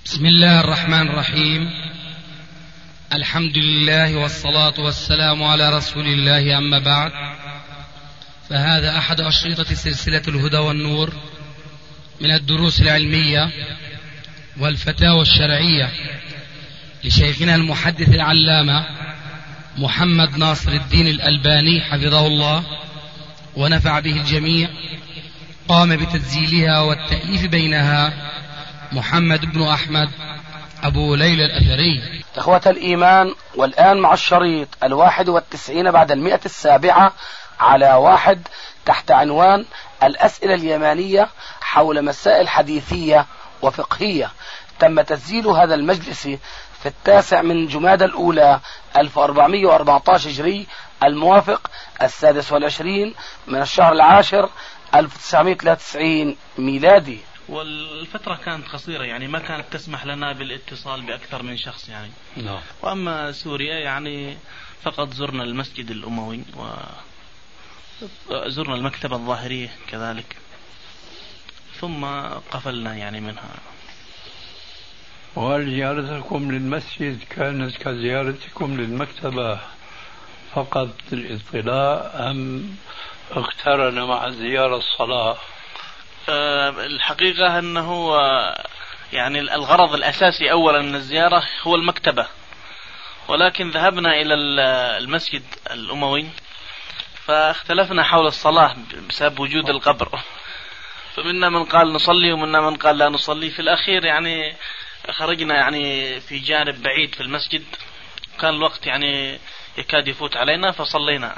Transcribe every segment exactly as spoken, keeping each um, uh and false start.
بسم الله الرحمن الرحيم. الحمد لله والصلاة والسلام على رسول الله، أما بعد، فهذا أحد أشرطة سلسلة الهدى والنور من الدروس العلمية والفتاوى الشرعية لشيخنا المحدث العلامة محمد ناصر الدين الألباني حفظه الله ونفع به الجميع. قام بتسجيلها والتأليف بينها محمد بن أحمد أبو ليلى الأثري. إخوة الإيمان، والآن مع الشريط الواحد والتسعين بعد المئة السابعة على واحد تحت عنوان الأسئلة اليمانية حول مسائل حديثية وفقهية. تم تسجيل هذا المجلس في التاسع من جمادى الأولى ألف وأربعمائة وأربعة عشر هجري، الموافق السادس والعشرين من الشهر العاشر ألف وتسعمائة وثلاثة وتسعين ميلادي. والفترة كانت قصيرة، يعني ما كانت تسمح لنا بالاتصال بأكثر من شخص يعني. no. وأما سوريا يعني فقط زرنا المسجد الأموي وزرنا المكتبة الظاهرية كذلك، ثم قفلنا يعني منها. وهل زيارتكم للمسجد كانت كزيارتكم للمكتبة فقط للاطلاع أم اقترن مع الزيارة الصلاة؟ الحقيقة أنه يعني الغرض الأساسي أولا من الزيارة هو المكتبة، ولكن ذهبنا إلى المسجد الأموي فاختلفنا حول الصلاة بسبب وجود القبر، فمنا من قال نصلي ومنا من قال لا نصلي. في الأخير يعني خرجنا يعني في جانب بعيد في المسجد، كان الوقت يعني يكاد يفوت علينا فصلينا.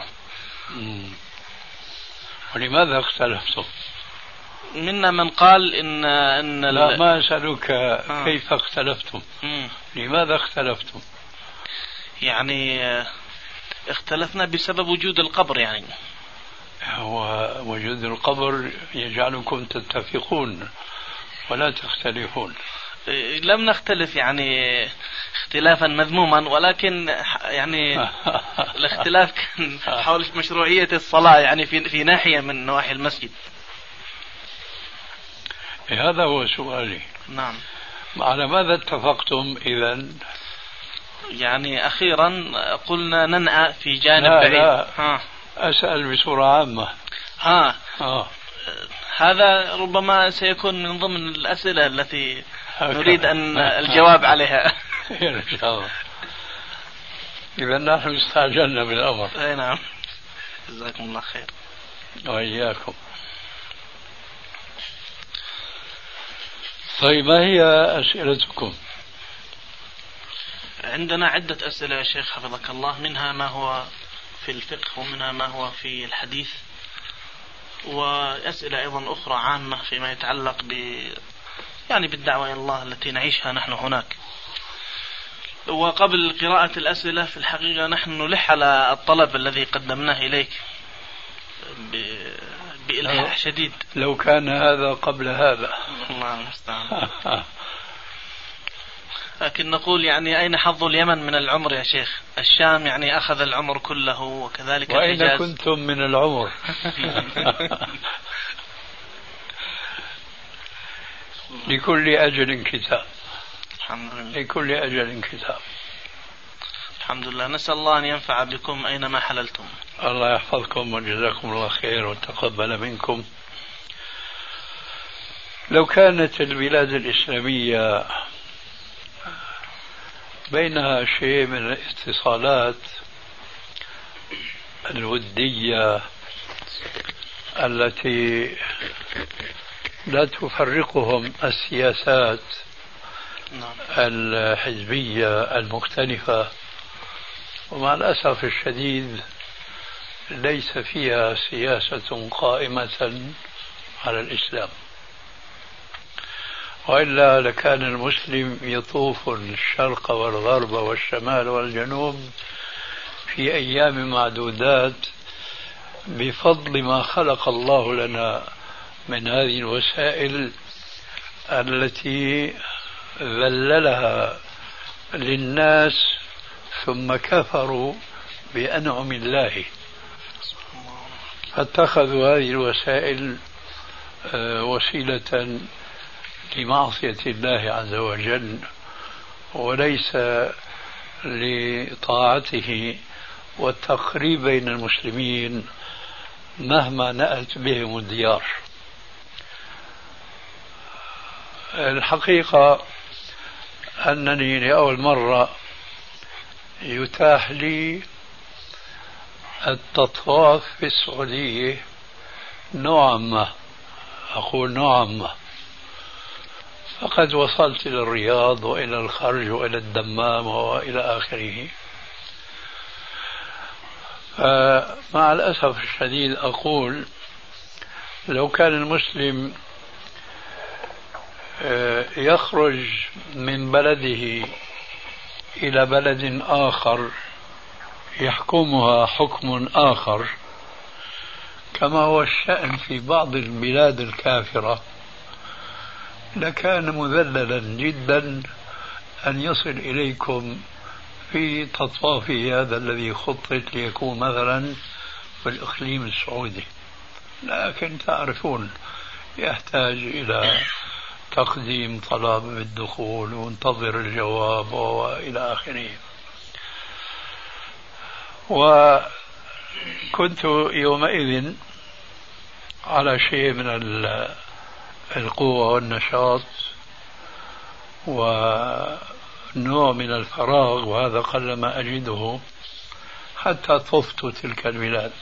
ولماذا اختلفتم؟ منا من قال إن إن لا ما أسألك آه. كيف اختلفتم؟ مم. لماذا اختلفتم؟ يعني اختلفنا بسبب وجود القبر. يعني هو وجود القبر يجعلكم تتفقون ولا تختلفون. لم نختلف يعني اختلافا مذموما، ولكن يعني الاختلاف كان حول مشروعية الصلاة يعني في في ناحية من نواحي المسجد. هذا هو سؤالي. نعم. على ماذا اتفقتم إذن؟ يعني أخيرا قلنا ننأى في جانب لا بعيد. لا. ها. أسأل بصورة عامة. ها. آه. هذا ربما سيكون من ضمن الأسئلة التي نريد أن الجواب عليها. إن شاء الله. إذا نحن استعجلنا بالأمر. أي نعم. جزاكم الله خير. وإياكم. طيب، ما هي أسئلتكم؟ عندنا عدة أسئلة يا شيخ حفظك الله، منها ما هو في الفقه ومنها ما هو في الحديث، وأسئلة أيضا أخرى عامة فيما يتعلق ب يعني بالدعوة إلى الله التي نعيشها نحن هناك. وقبل قراءة الأسئلة في الحقيقة نحن نلح على الطلب الذي قدمناه إليك بإلحاح شديد. لو كان هذا قبل هذا. الله المستعان. لكن نقول يعني أين حظ اليمن من العمر يا شيخ؟ الشام يعني أخذ العمر كله وكذلك وأين الحجاز. كنتم من العمر؟ لكل أجل كتاب. الحمد لله. لكل أجل كتاب. الحمد لله. نسأل الله أن ينفع بكم أينما حللتم. الله يحفظكم وجزاكم الله خير وتقبل منكم. لو كانت البلاد الإسلامية بينها شيء من الاتصالات الودية التي لا تفرقهم السياسات الحزبية المختلفة، ومع الأسف الشديد ليس فيها سياسة قائمة على الإسلام، وإلا لكان المسلم يطوف الشرق والغرب والشمال والجنوب في أيام معدودات بفضل ما خلق الله لنا من هذه الوسائل التي ذللها للناس ثم كفروا بأنعم الله، فاتخذوا هذه الوسائل وسيلة لمعصية الله عز وجل وليس لطاعته والتقريب بين المسلمين مهما نأت بهم الديار. الحقيقة أنني لأول مرة يتاح لي التطواف في السعودية نوعا ما، أقول نوعا ما، فقد وصلت إلى الرياض وإلى الخرج وإلى الدمام وإلى آخره. فمع الأسف الشديد أقول لو كان المسلم يخرج من بلده إلى بلد آخر يحكمها حكم آخر كما هو الشأن في بعض البلاد الكافرة، لكان مذللا جدا أن يصل إليكم في تطوافه هذا الذي خطط ليكون مثلا في الإقليم السعودي. لكن تعرفون يحتاج إلى تقديم طلب بالدخول وانتظر الجواب وإلى آخره. وكنت يومئذ على شيء من القوة والنشاط ونوع من الفراغ، وهذا قل ما أجده حتى طفت تلك البلاد.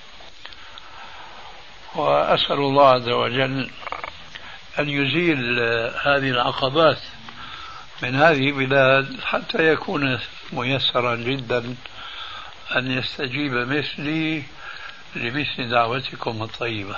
وأسأل الله عز وجل أن يزيل هذه العقبات من هذه البلاد حتى يكون ميسرا جدا أن يستجيب مثلي لمثل دعوتكم الطيبة.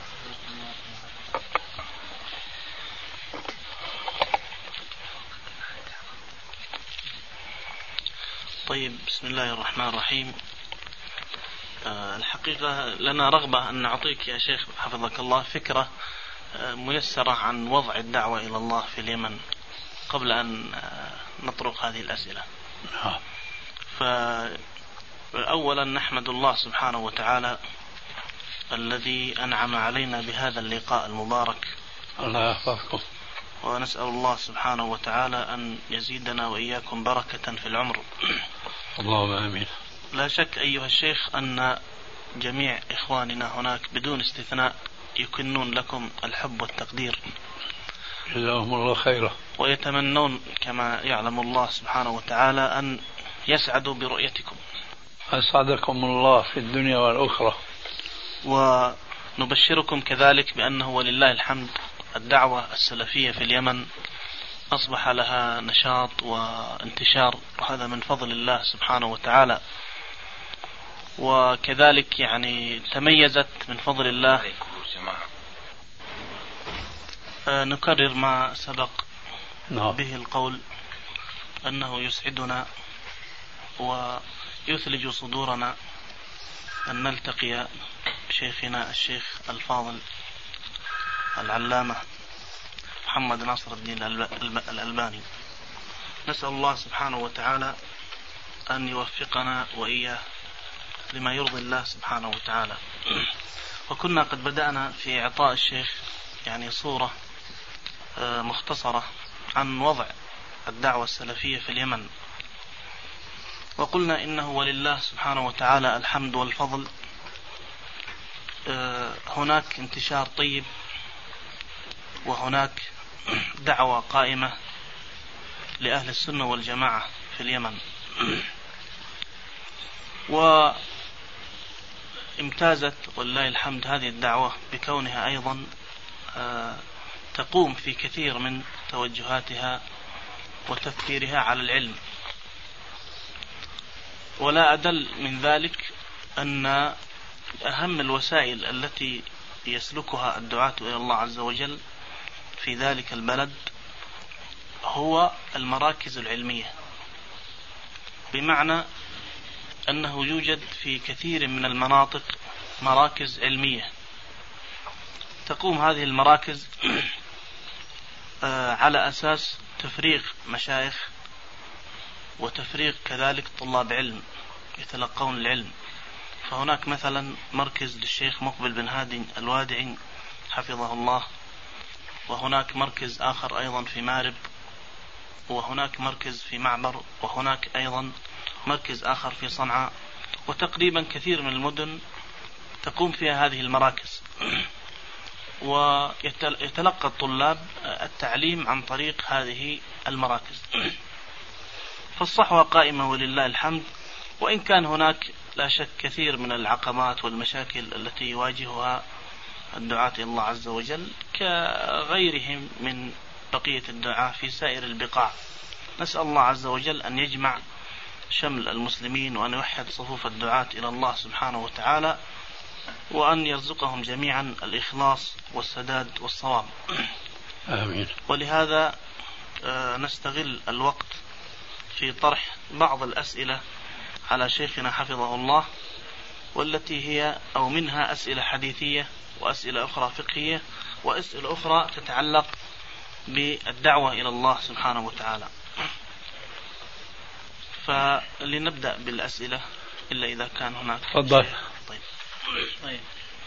طيب، بسم الله الرحمن الرحيم. أه الحقيقة لنا رغبة أن نعطيك يا شيخ حفظك الله فكرة أه ميسرة عن وضع الدعوة إلى الله في اليمن قبل أن أه نطرق هذه الأسئلة. فأولا نحمد الله سبحانه وتعالى الذي أنعم علينا بهذا اللقاء المبارك، الله يحفظكم، ونسأل الله سبحانه وتعالى أن يزيدنا وإياكم بركة في العمر. اللهم آمين. لا شك أيها الشيخ أن جميع إخواننا هناك بدون استثناء يكنون لكم الحب والتقدير، جزاهم الله خيرا، ويتمنون كما يعلم الله سبحانه وتعالى أن يسعدوا برؤيتكم. أسعدكم الله في الدنيا والأخرى. ونبشركم كذلك بأنه ولله الحمد الدعوة السلفية في اليمن أصبح لها نشاط وانتشار، وهذا من فضل الله سبحانه وتعالى. وكذلك يعني تميزت من فضل الله. نكرر ما سبق به القول أنه يسعدنا ويثلج صدورنا أن نلتقي بشيخنا الشيخ الفاضل العلامة محمد ناصر الدين الألباني. نسأل الله سبحانه وتعالى أن يوفقنا وإياه لما يرضي الله سبحانه وتعالى. وكنا قد بدأنا في إعطاء الشيخ يعني صورة مختصرة عن وضع الدعوة السلفية في اليمن، وقلنا إنه ولله سبحانه وتعالى الحمد والفضل. هناك انتشار طيب، وهناك دعوة قائمة لأهل السنة والجماعة في اليمن. وامتازت ولله الحمد هذه الدعوة بكونها أيضا تقوم في كثير من توجهاتها وتفكيرها على العلم. ولا أدل من ذلك أن أهم الوسائل التي يسلكها الدعاة إلى الله عز وجل في ذلك البلد هو المراكز العلمية، بمعنى أنه يوجد في كثير من المناطق مراكز علمية تقوم هذه المراكز على أساس تفريغ مشايخ وتفريغ كذلك طلاب علم يتلقون العلم. فهناك مثلا مركز للشيخ مقبل بن هادي الوادعي حفظه الله، وهناك مركز آخر أيضا في مارب، وهناك مركز في معبر، وهناك أيضا مركز آخر في صنعاء، وتقريبا كثير من المدن تقوم فيها هذه المراكز، ويتلقى الطلاب التعليم عن طريق هذه المراكز. فالصحوة قائمة ولله الحمد، وإن كان هناك لا شك كثير من العقبات والمشاكل التي يواجهها الدعاة إلى الله عز وجل كغيرهم من بقية الدعاة في سائر البقاع. نسأل الله عز وجل أن يجمع شمل المسلمين وأن يوحد صفوف الدعاة إلى الله سبحانه وتعالى، وأن يرزقهم جميعا الإخلاص والسداد والصواب. آمين. ولهذا نستغل الوقت في طرح بعض الأسئلة على شيخنا حفظه الله، والتي هي أو منها أسئلة حديثية، وأسئلة أخرى فقهية، وأسئلة أخرى تتعلق بالدعوة إلى الله سبحانه وتعالى. فلنبدأ بالأسئلة إلا إذا كان هناك. تفضل. طيب. طيب.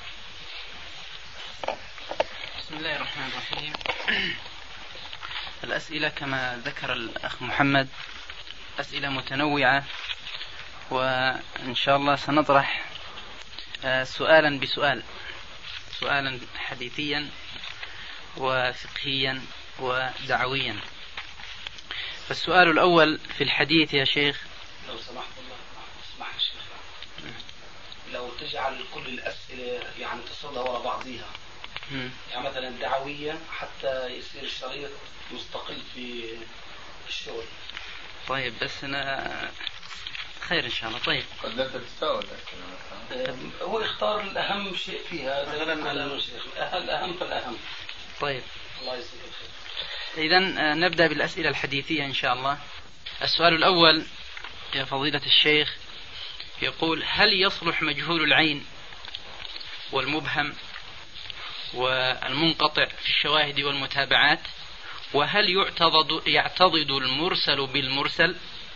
بسم الله الرحمن الرحيم. الأسئلة كما ذكر الأخ محمد أسئلة متنوعة، وإن شاء الله سنطرح سؤالا بسؤال، سؤالا حديثيا وفقهيا ودعويا. فالسؤال الأول في الحديث يا شيخ، لو سمحت الله اسمح الشيخ، لو تجعل كل الأسئلة يعني تصلها وراء بعضها، يعني مثلا دعويا حتى يصير الشريط مستقل في الشغل. طيب بس أنا خير إن شاء الله. طيب قد لا تتساوى، هو يختار الأهم شيء فيها، مثلا الأهم فالأهم. طيب الله يجزيك الخير. إذن نبدأ بالأسئلة الحديثية إن شاء الله. السؤال الأول يا فضيلة الشيخ يقول: هل يصلح مجهول العين والمبهم والمنقطع في الشواهد والمتابعات؟ وهل يعتضد يعتضد المرسل بالمرسل؟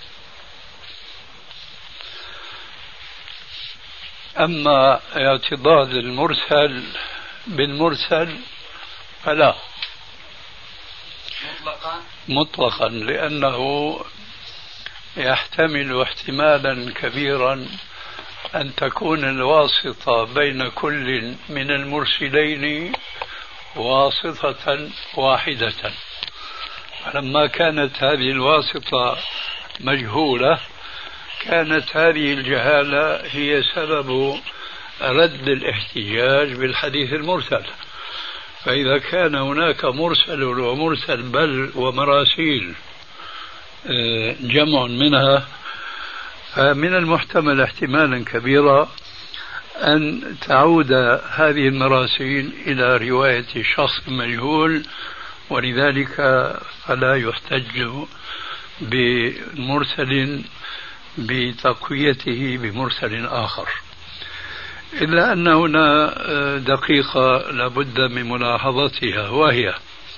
أما اعتضاد المرسل بالمرسل فلا مطلقا مطلقا، لأنه يحتمل احتمالا كبيرا أن تكون الواسطة بين كل من المرسلين واسطة واحدة. فلما كانت هذه الواسطة مجهولة كانت هذه الجهالة هي سبب رد الاحتجاج بالحديث المرسل. فإذا كان هناك مرسل ومرسل بل ومراسيل جمع منها، فمن المحتمل احتمالا كبيرا أن تعود هذه المراسيل إلى رواية شخص مجهول، ولذلك فلا يحتج بمرسل بتقويته بمرسل آخر. إلا أن هنا دقيقة لابد من ملاحظتها، وهي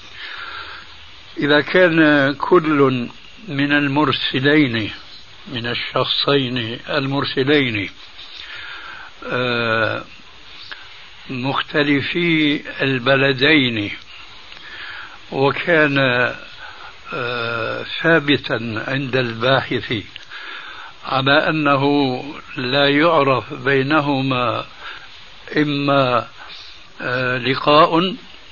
إذا كان كل من المرسلين من الشخصين المرسلين مختلفي البلدين، وكان ثابتا عند الباحث على أنه لا يعرف بينهما إما لقاء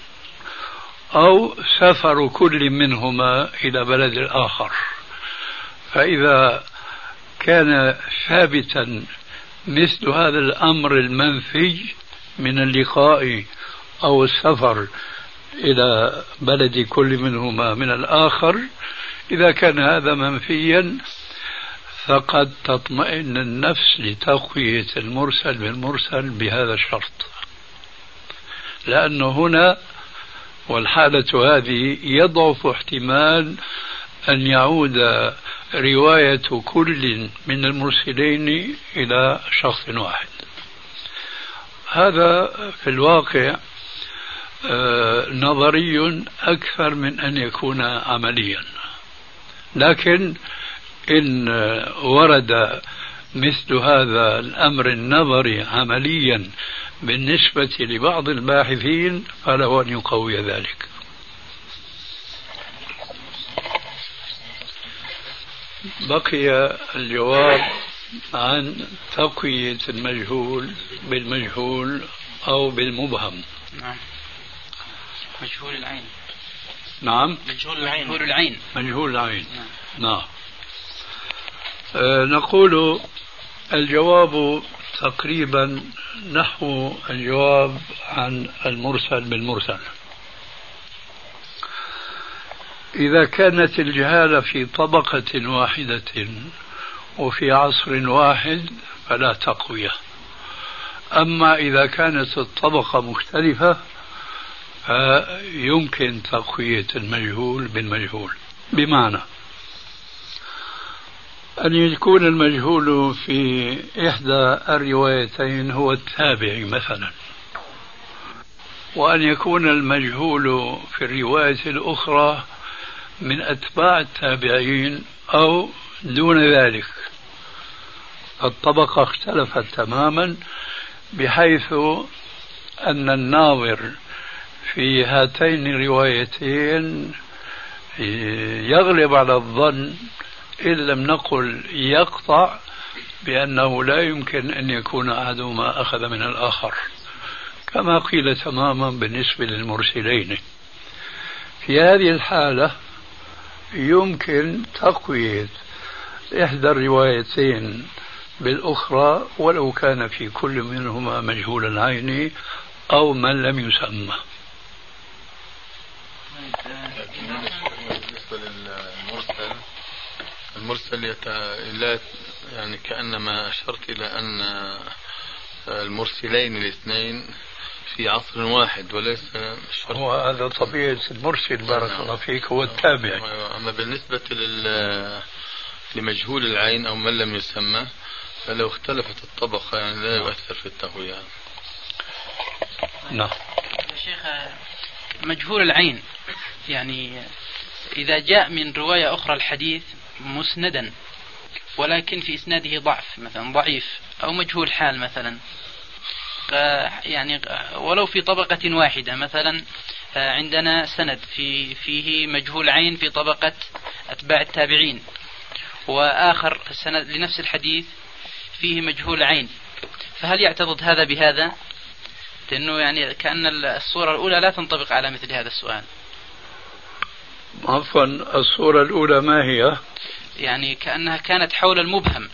أو سفر كل منهما إلى بلد الآخر، فإذا كان ثابتا مثل هذا الأمر المنفي من اللقاء أو السفر إلى بلد كل منهما من الآخر، إذا كان هذا منفيا فقد تطمئن النفس لتقوية المرسل بالمرسل بهذا الشرط، لأنه هنا والحالة هذه يضعف احتمال أن يعود رواية كل من المرسلين إلى شخص واحد. هذا في الواقع نظري أكثر من أن يكون عمليا، لكن إن ورد مثل هذا الأمر النظري عمليا بالنسبة لبعض الباحثين فله أن يقوي ذلك. بقي الجواب عن تقوية المجهول بالمجهول أو بالمبهم. نعم. مجهول العين. نعم. مجهول العين. مجهول العين. مجهول العين. نعم. نعم. أه نقول الجواب تقريبا نحو الجواب عن المرسل بالمرسل. إذا كانت الجهالة في طبقة واحدة وفي عصر واحد فلا تقوية. أما إذا كانت الطبقة مختلفة فيمكن تقوية المجهول بالمجهول. بمعنى أن يكون المجهول في إحدى الروايتين هو التابعي مثلا، وأن يكون المجهول في الرواية الأخرى من أتباع التابعين أو دون ذلك. الطبقة اختلفت تماما بحيث أن الناظر في هاتين الروايتين يغلب على الظن إن لم نقل يقطع بأنه لا يمكن أن يكون أحدهما أخذ من الآخر، كما قيل تماما بالنسبة للمرسلين. في هذه الحالة يمكن تقوية إحدى الروايتين بالأخرى ولو كان في كل منهما مجهول العين أو من لم يسمى. بالنسبة للمرسل، المرسل يت... لا يعني كأنما أشرت إلى أن المرسلين الاثنين في عصر واحد وليس شرط. هو هذا طبيعة المرسل بارك الله فيك، هو التابع. أما بالنسبة لل... لمجهول العين أو من لم يسمى فلو اختلفت الطبقة يعني لا يؤثر في التقوية. نعم. شيخ مجهول العين يعني إذا جاء من رواية أخرى الحديث مسندا ولكن في إسناده ضعف مثلا ضعيف أو مجهول حال مثلا، يعني ولو في طبقة واحدة مثلا عندنا سند في فيه مجهول عين في طبقة أتباع التابعين، وآخر سند لنفس الحديث فيه مجهول عين، فهل يعتضد هذا بهذا؟ لأنه يعني كأن الصورة الأولى لا تنطبق على مثل هذا السؤال. عفوا، الصورة الأولى ما هي؟ يعني كأنها كانت حول المبهم،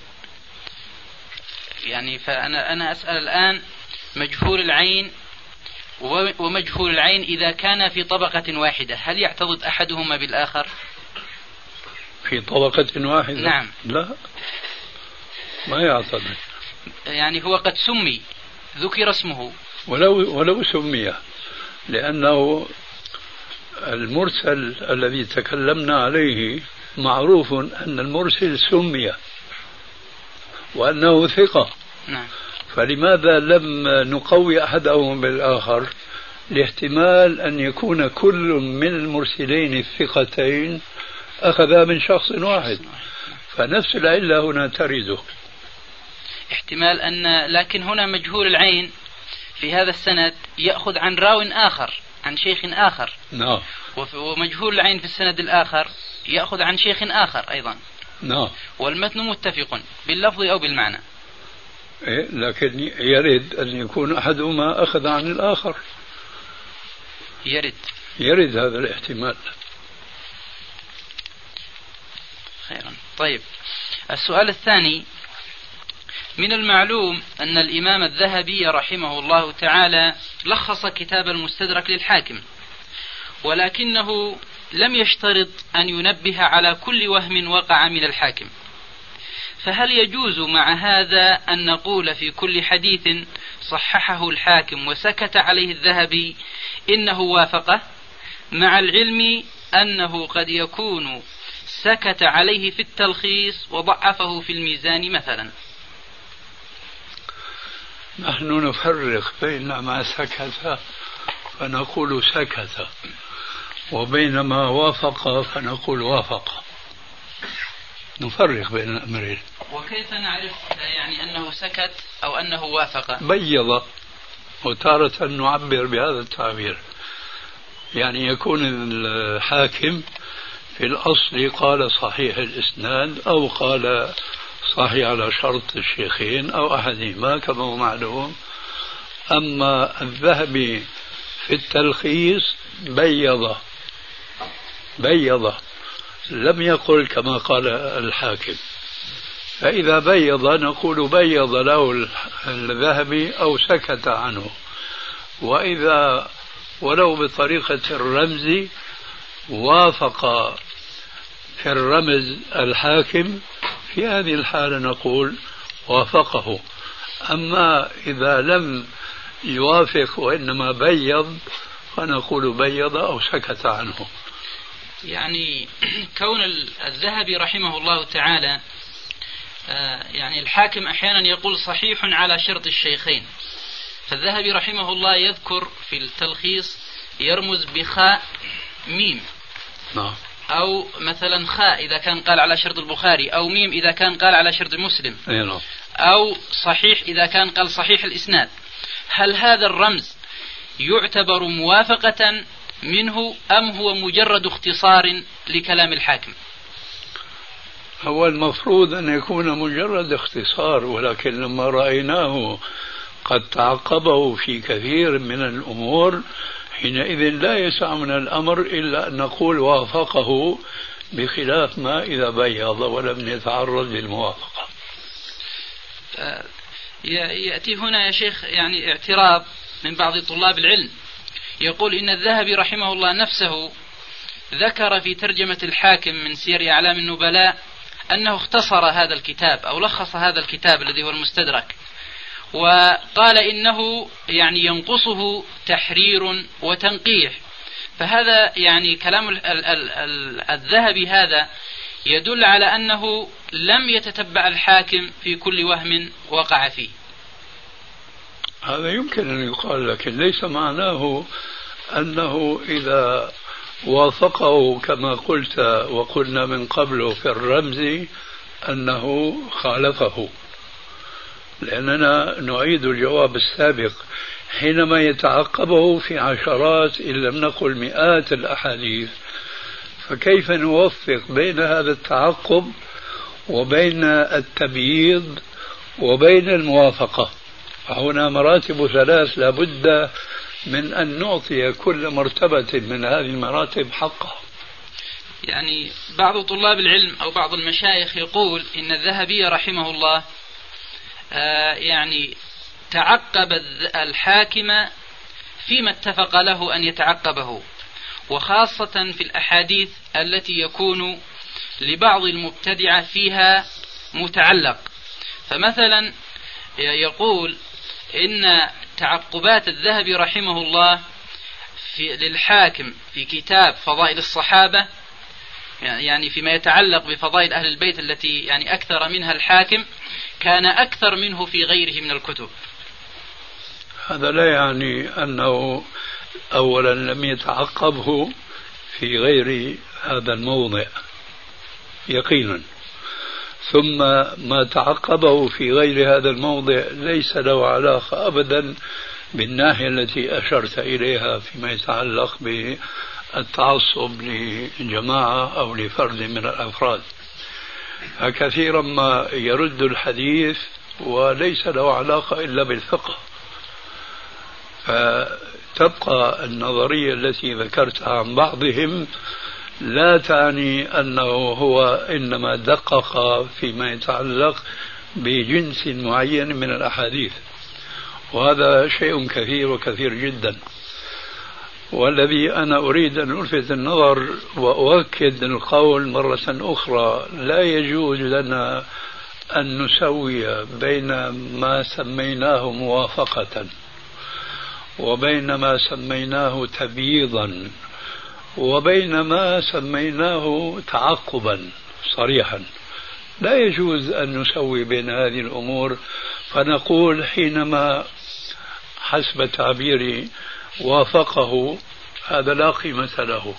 يعني فأنا أنا أسأل الآن مجهول العين ومجهول العين إذا كان في طبقة واحدة هل يعتضد أحدهما بالآخر؟ في طبقة واحدة؟ نعم. لا، ما يعتضد. يعني هو قد سمي، ذكر اسمه ولو ولو سمي، لأنه المرسل الذي تكلمنا عليه معروف أن المرسل سمي وأنه ثقة. نعم. فلماذا لم نقوي أحدهم بالآخر؟ لاحتمال أن يكون كل من المرسلين الثقتين أخذا من شخص واحد، فنفس العلة هنا ترد. احتمال أن، لكن هنا مجهول العين في هذا السند يأخذ عن راو آخر عن شيخ آخر. نعم. ومجهول العين في السند الآخر يأخذ عن شيخ آخر أيضا. نعم. والمتن متفق باللفظ أو بالمعنى. إيه، لكن يرد أن يكون أحدهما أخذ عن الآخر. يرد يرد هذا الاحتمال. خيرا. طيب، السؤال الثاني: من المعلوم أن الإمام الذهبي رحمه الله تعالى لخص كتاب المستدرك للحاكم، ولكنه لم يشترط أن ينبه على كل وهم وقع من الحاكم، فهل يجوز مع هذا أن نقول في كل حديث صححه الحاكم وسكت عليه الذهبي إنه وافقه، مع العلم أنه قد يكون سكت عليه في التلخيص وضعفه في الميزان مثلا؟ نحن نفرق بين ما سكت فنقول سكت وبين ما وافق فنقول وافق، نفرق بين الأمرين. وكيف نعرف يعني أنه سكت أو أنه وافق؟ بيض، وتارة نعبر بهذا التعبير، يعني يكون الحاكم في الأصل قال صحيح الإسناد أو قال صحيح على شرط الشيخين أو أحدهما كما هو معلوم. أما الذهبي في التلخيص بيض بيض لم يقل كما قال الحاكم، فإذا بيض نقول بيض له الذهبي أو سكت عنه، وإذا ولو بطريقة الرمز وافق في الرمز الحاكم في هذه الحالة نقول وافقه. أما إذا لم يوافق وإنما بيض فنقول بيض أو سكت عنه. يعني كون الذهبي رحمه الله تعالى يعني الحاكم أحيانا يقول صحيح على شرط الشيخين، فالذهبي رحمه الله يذكر في التلخيص يرمز بخاء ميم، نعم، أو مثلا خاء إذا كان قال على شرط البخاري، أو ميم إذا كان قال على شرط مسلم، أو صحيح إذا كان قال صحيح الإسناد. هل هذا الرمز يعتبر موافقة منه أم هو مجرد اختصار لكلام الحاكم؟ هو المفروض أن يكون مجرد اختصار، ولكن لما رأيناه قد تعقبه في كثير من الأمور حينئذ لا يسع من الأمر إلا أن نقول وافقه، بخلاف ما إذا بيض ولم يتعرض للموافقة. يأتي هنا يا شيخ يعني اعتراض من بعض طلاب العلم، يقول إن الذهبي رحمه الله نفسه ذكر في ترجمة الحاكم من سير أعلام النبلاء أنه اختصر هذا الكتاب أو لخص هذا الكتاب الذي هو المستدرك، وقال إنه يعني ينقصه تحرير وتنقيح. فهذا يعني كلام الذهبي هذا يدل على أنه لم يتتبع الحاكم في كل وهم وقع فيه. هذا يمكن أن يقال، لكن ليس معناه أنه إذا وافقه كما قلت وقلنا من قبل في الرمز أنه خالفه، لأننا نعيد الجواب السابق حينما يتعقبه في عشرات إن لم نقل مئات الأحاديث، فكيف نوفق بين هذا التعقب وبين التبييض وبين الموافقة؟ فهنا مراتب ثلاث لابد من أن نعطي كل مرتبة من هذه المراتب حقها. يعني بعض طلاب العلم أو بعض المشايخ يقول إن الذهبي رحمه الله آه يعني تعقب الحاكم فيما اتفق له أن يتعقبه، وخاصة في الأحاديث التي يكون لبعض المبتدعة فيها متعلق. فمثلا يقول إن تعقبات الذهبي رحمه الله في للحاكم في كتاب فضائل الصحابة، يعني فيما يتعلق بفضائل أهل البيت التي يعني أكثر منها الحاكم، كان أكثر منه في غيره من الكتب. هذا لا يعني أنه أولا لم يتعقبه في غير هذا الموضع يقينا، ثم ما تعقبه في غير هذا الموضع ليس له علاقة أبدا بالناحية التي أشرت إليها فيما يتعلق بالتعصب لجماعة أو لفرد من الأفراد. فكثيرا ما يرد الحديث وليس له علاقة إلا بالفقه. فتبقى النظرية التي ذكرتها عن بعضهم لا تعني أنه هو إنما دقق فيما يتعلق بجنس معين من الأحاديث، وهذا شيء كثير وكثير جدا. والذي أنا أريد أن ألفت النظر وأؤكد القول مرة أخرى، لا يجوز لنا أن نسوي بين ما سميناه موافقة وبين ما سميناه تبييضا وبين ما سميناه تعقبا صريحا. لا يجوز أن نسوي بين هذه الأمور فنقول حينما حسب تعبيري وافقه هذا لا قيمة له.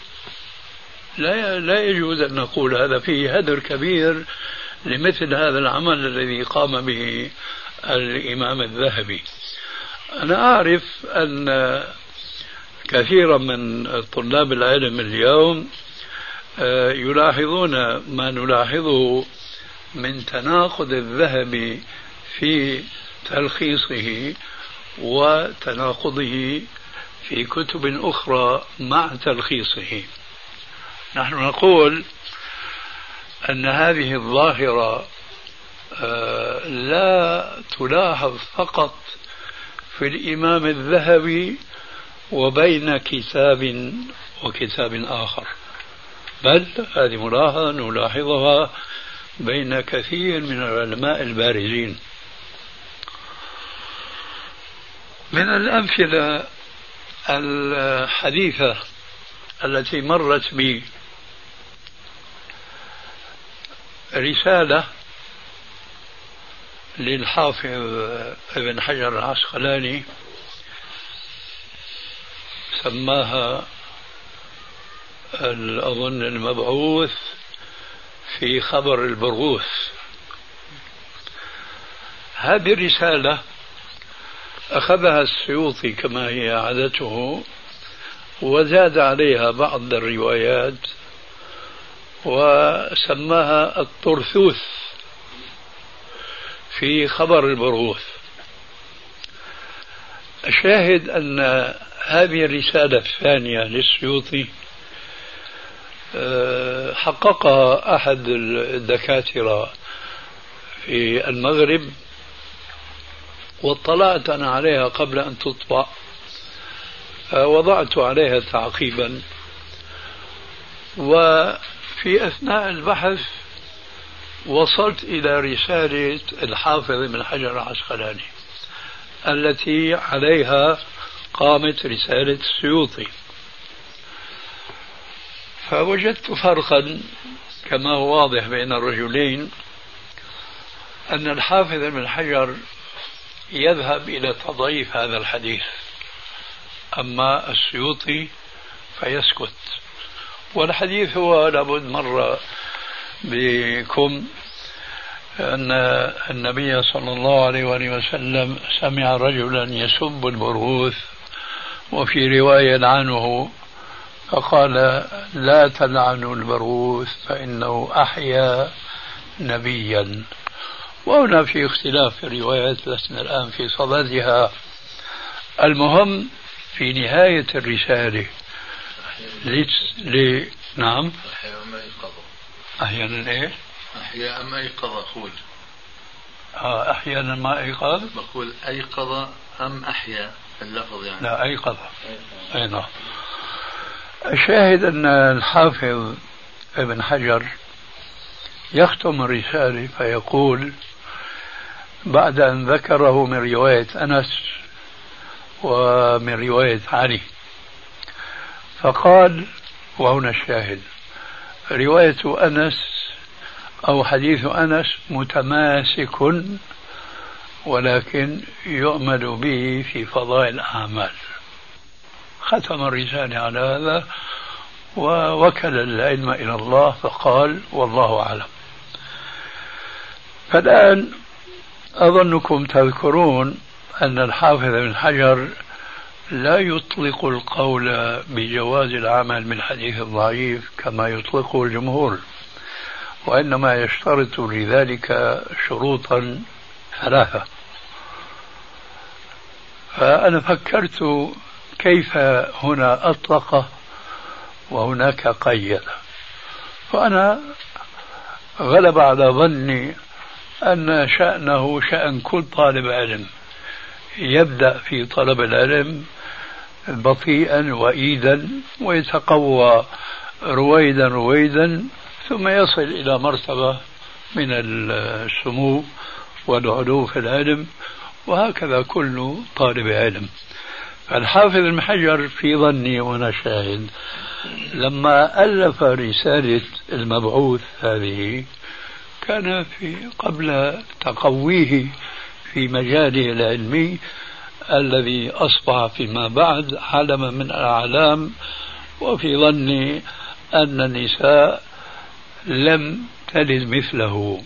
لا لا يجوز أن نقول هذا، فيه هدر كبير لمثل هذا العمل الذي قام به الإمام الذهبي. أنا أعرف أن كثيرا من طلاب العلم اليوم يلاحظون ما نلاحظه من تناقض الذهبي في تلخيصه وتناقضه في كتب أخرى مع تلخيصه. نحن نقول أن هذه الظاهرة لا تلاحظ فقط في الإمام الذهبي وبين كتاب وكتاب آخر، بل هذه ملاحظة نلاحظها بين كثير من العلماء البارزين. من الأمثلة الحديثة التي مرت بي رسالة للحافظ ابن حجر العسقلاني سماها أظن المبعوث في خبر البرغوث. هذه الرسالة أخذها السيوطي كما هي عادته وزاد عليها بعض الروايات وسماها الطرثوث في خبر البرغوث. الشاهد أن هذه الرسالة الثانية للسيوطي حققها أحد الدكاترة في المغرب، واطلعت أنا عليها قبل أن تطبع، وضعت عليها تعقيبا، وفي أثناء البحث وصلت إلى رسالة الحافظ ابن حجر العسقلاني التي عليها قامت رسالة السيوطي، فوجدت فرقا كما هو واضح بين الرجلين، أن الحافظ ابن حجر يذهب إلى تضعيف هذا الحديث، أما السيوطي فيسكت. والحديث هو لابد مر بكم أن النبي صلى الله عليه وآله وسلم سمع رجلا يسب البرغوث، وفي رواية لعنه فقال لا تلعنوا البرغوث فإنه أحيا نبيا. وهنا في اختلاف في الروايات لسنا الآن في صددها. المهم في نهاية الرسالة ل... نعم أحيا أم أيقظة. أحيانا إيه؟ أحيا أم أيقظة أقول آه أحيانا ما أيقظ، بقول أيقظة أم أحيا اللفظ يعني. لا أيقظة. أي نعم. الشاهد أن الحافظ ابن حجر يختم الرسالة فيقول بعد أن ذكره من رواية أنس ومن رواية علي، فقال، وهنا الشاهد، رواية أنس أو حديث أنس متماسك ولكن يؤمل به في فضائل الأعمال. ختم الرسالة على هذا ووكل العلم إلى الله فقال والله أعلم. فالآن أظنكم تذكرون أن الحافظ بن حجر لا يطلق القول بجواز العمل بالحديث الضعيف كما يطلقه الجمهور، وإنما يشترط لذلك شروطا ثلاثة. فأنا فكرت كيف هنا أطلق وهناك قيد، فأنا غلب على ظني أن شأنه شأن كل طالب علم، يبدأ في طلب العلم بطيئا وإيدا ويتقوى رويدا رويدا ثم يصل إلى مرتبة من السمو والعلو في العلم، وهكذا كل طالب علم. فالحافظ ابن حجر في ظني وأنا شاهد لما ألف رسالة المبعوث هذه كان في قبل تقويه في مجاله العلمي الذي أصبح فيما بعد علما من الأعلام، وفي ظني أن النساء لم تلد مثله.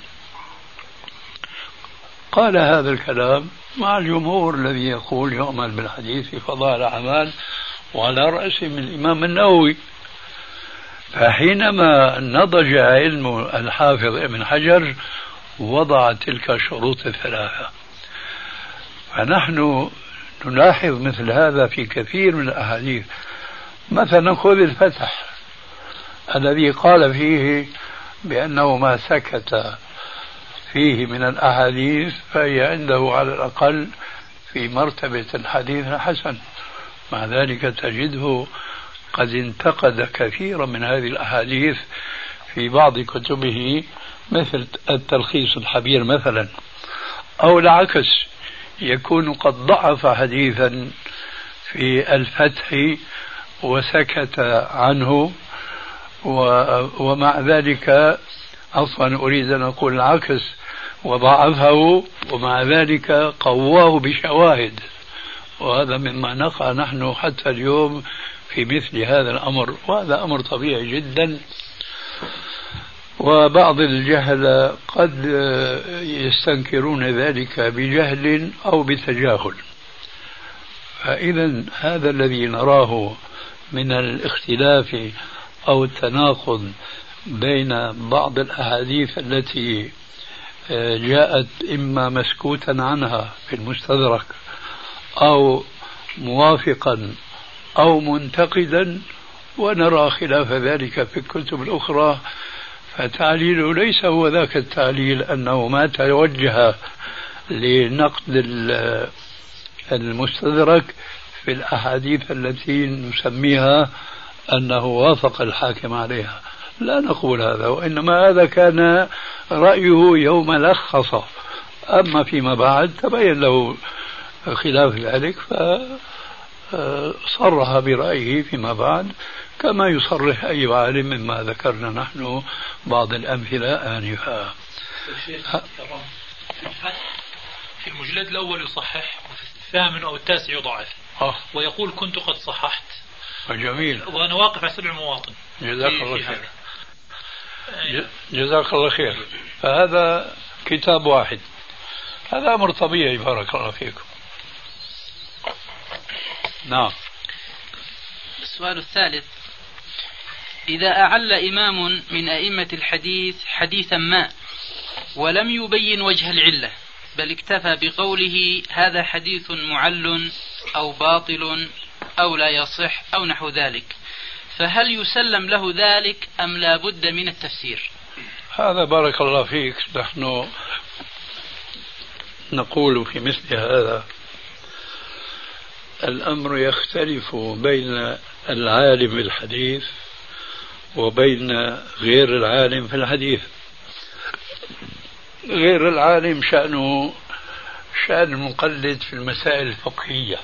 قال هذا الكلام مع الجمهور الذي يقول يؤمل بالحديث في فضائل الأعمال وعلى رأسهم الإمام النووي. فحينما نضج علم الحافظ ابن حجر وضع تلك الشروط الثلاثة. فنحن نلاحظ مثل هذا في كثير من الأحاديث. مثلا خذ الفتح الذي قال فيه بأنه ما سكت فيه من الأحاديث فهي عنده على الأقل في مرتبة الحديث الحسن. مع ذلك تجده قد انتقد كثيرا من هذه الأحاديث في بعض كتبه مثل التلخيص الحبير مثلا، أو العكس يكون قد ضعف حديثا في الفتح وسكت عنه، ومع ذلك عفوا أريد أن أقول العكس وضعفه ومع ذلك قواه بشواهد. وهذا مما نقع نحن حتى اليوم في مثل هذا الأمر، وهذا أمر طبيعي جدا. وبعض الجهل قد يستنكرون ذلك بجهل أو بتجاهل. فإذا هذا الذي نراه من الاختلاف أو التناقض بين بعض الأحاديث التي جاءت إما مسكوتا عنها في المستدرك أو موافقا أو منتقدا، ونرى خلاف ذلك في الكتب الأخرى، فتعليله ليس هو ذاك التعليل أنه ما توجه لنقد المستدرك في الأحاديث التي نسميها أنه وافق الحاكم عليها. لا نقول هذا، وإنما هذا كان رأيه يوم لخص، أما فيما بعد تبين له خلاف ذلك فصرح برأيه فيما بعد، كما يصرح أي عالم مما ذكرنا نحن بعض الأمثلة آنفا. في المجلد الأول يصحح وفي الثامن أو التاسع يضعف أه. ويقول كنت قد صححت. جميل. وأنا واقف على سبع مواطن. جزاك الله خير. جزاك الله خير. فهذا كتاب واحد، هذا أمر طبيعي. بارك الله فيكم. نعم. السؤال الثالث: إذا أعل إمام من أئمة الحديث حديثا ما ولم يبين وجه العلة، بل اكتفى بقوله هذا حديث معل أو باطل أو لا يصح أو نحو ذلك، فهل يسلم له ذلك أم لا بد من التفسير؟ هذا بارك الله فيك نحن نقول في مثل هذا الأمر يختلف بين العالم بالحديث وبين غير العالم في الحديث. غير العالم شأنه شأن المقلد في المسائل الفقهية،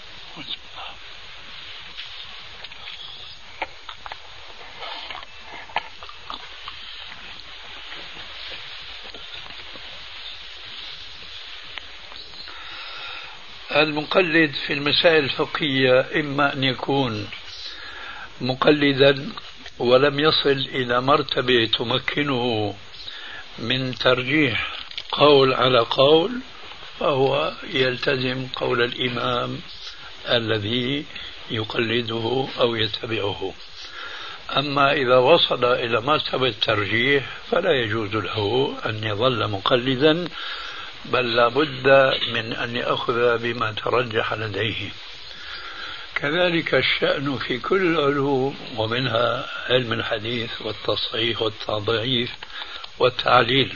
المقلد في المسائل الفقهية إما أن يكون مقلدا ولم يصل إلى مرتبة تمكنه من ترجيح قول على قول، فهو يلتزم قول الإمام الذي يقلده أو يتبعه. أما إذا وصل إلى مرتبة الترجيح فلا يجوز له أن يظل مقلدا، بل لا بد من أن يأخذ بما ترجح لديه. كذلك الشأن في كل العلوم، ومنها علم الحديث والتصحيح والتضعيف والتعليل.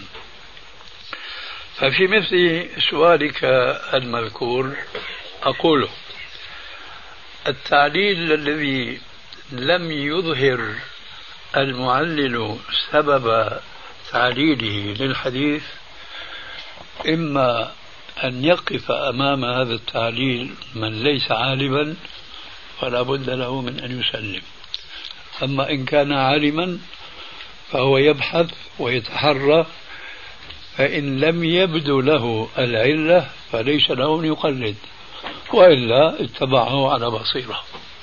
ففي مثل سؤالك المذكور أقول التعليل الذي لم يظهر المعلل سبب تعليله للحديث إما أن يقف أمام هذا التعليل من ليس عالما فلا بد له من أن يسلم، أما إن كان عالما فهو يبحث ويتحرى، فإن لم يبدو له العلة فليس له أن يقلد، وإلا اتبعه على بصيرة.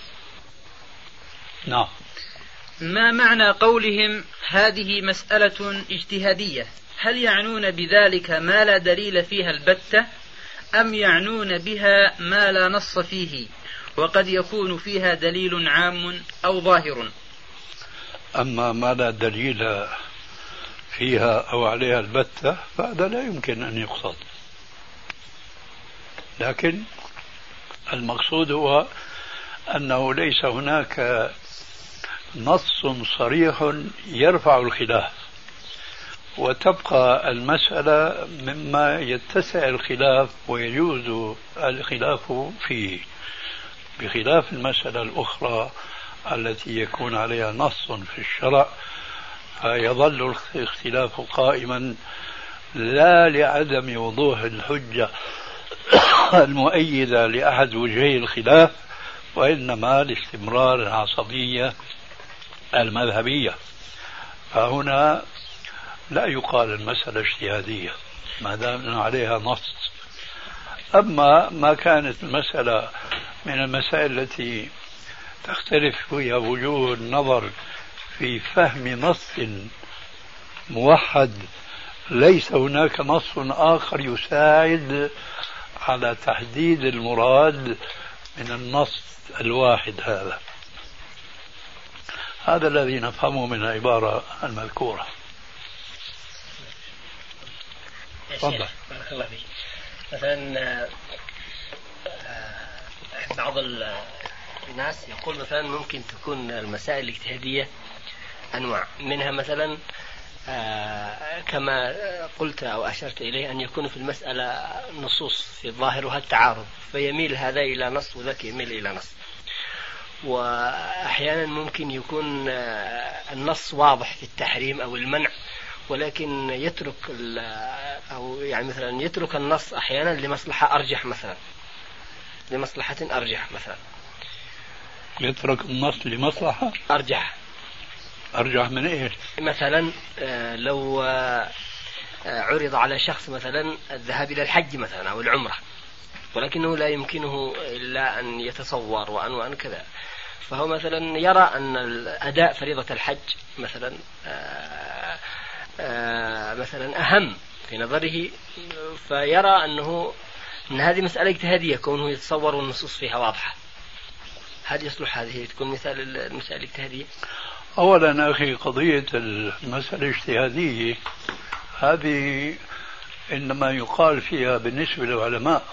نعم. ما معنى قولهم هذه مسألة اجتهادية؟ هل يعنون بذلك ما لا دليل فيها البتة، أم يعنون بها ما لا نص فيه وقد يكون فيها دليل عام أو ظاهر؟ أما ما لا دليل فيها أو عليها البتة فهذا لا يمكن أن يقصد. لكن المقصود هو أنه ليس هناك نص صريح يرفع الخلاف، وتبقى المسألة مما يتسع الخلاف ويجوز الخلاف فيه، بخلاف المسألة الأخرى التي يكون عليها نص في الشرع فيظل الاختلاف قائما لا لعدم وضوح الحجة المؤيدة لأحد وجهي الخلاف، وإنما لاستمرار العصبية المذهبية. فهنا لا يقال المسألة اجتهادية ما دام عليها نص. أما ما كانت المسألة من المسائل التي تختلف فيها وجوه النظر في فهم نص موحد، ليس هناك نص آخر يساعد على تحديد المراد من النص الواحد هذا. هذا الذي نفهمه من العبارة المذكورة. تفضل. بارك الله فيك. مثلا بعض الناس يقول مثلا ممكن تكون المسائل الاجتهادية أنواع، منها مثلا كما قلت أو أشرت إليه أن يكون في المسألة نصوص في ظاهرها التعارض، فيميل هذا إلى نص وذاك يميل إلى نص. وأحيانا ممكن يكون النص واضح في التحريم أو المنع، ولكن يترك أو يعني مثلا يترك النص أحيانا لمصلحة أرجح، مثلا لمصلحة أرجح مثلا يترك النص لمصلحة أرجح. أرجح من إيه؟ مثلا لو عرض على شخص مثلا الذهاب إلى الحج مثلا أو العمرة، ولكنه لا يمكنه إلا أن يتصور وأن وأن كذا، فهو مثلا يرى أن أداء فريضة الحج مثلا آآ آآ مثلا أهم في نظره، فيرى أنه أن هذه مسألة اجتهادية كونه يتصور النصوص فيها واضحة. هل يصلح هذه تكون مثال المسألة الاجتهادية؟ أولا أخي، قضية المسألة الاجتهادية هذه إنما يقال فيها بالنسبة للعلماء،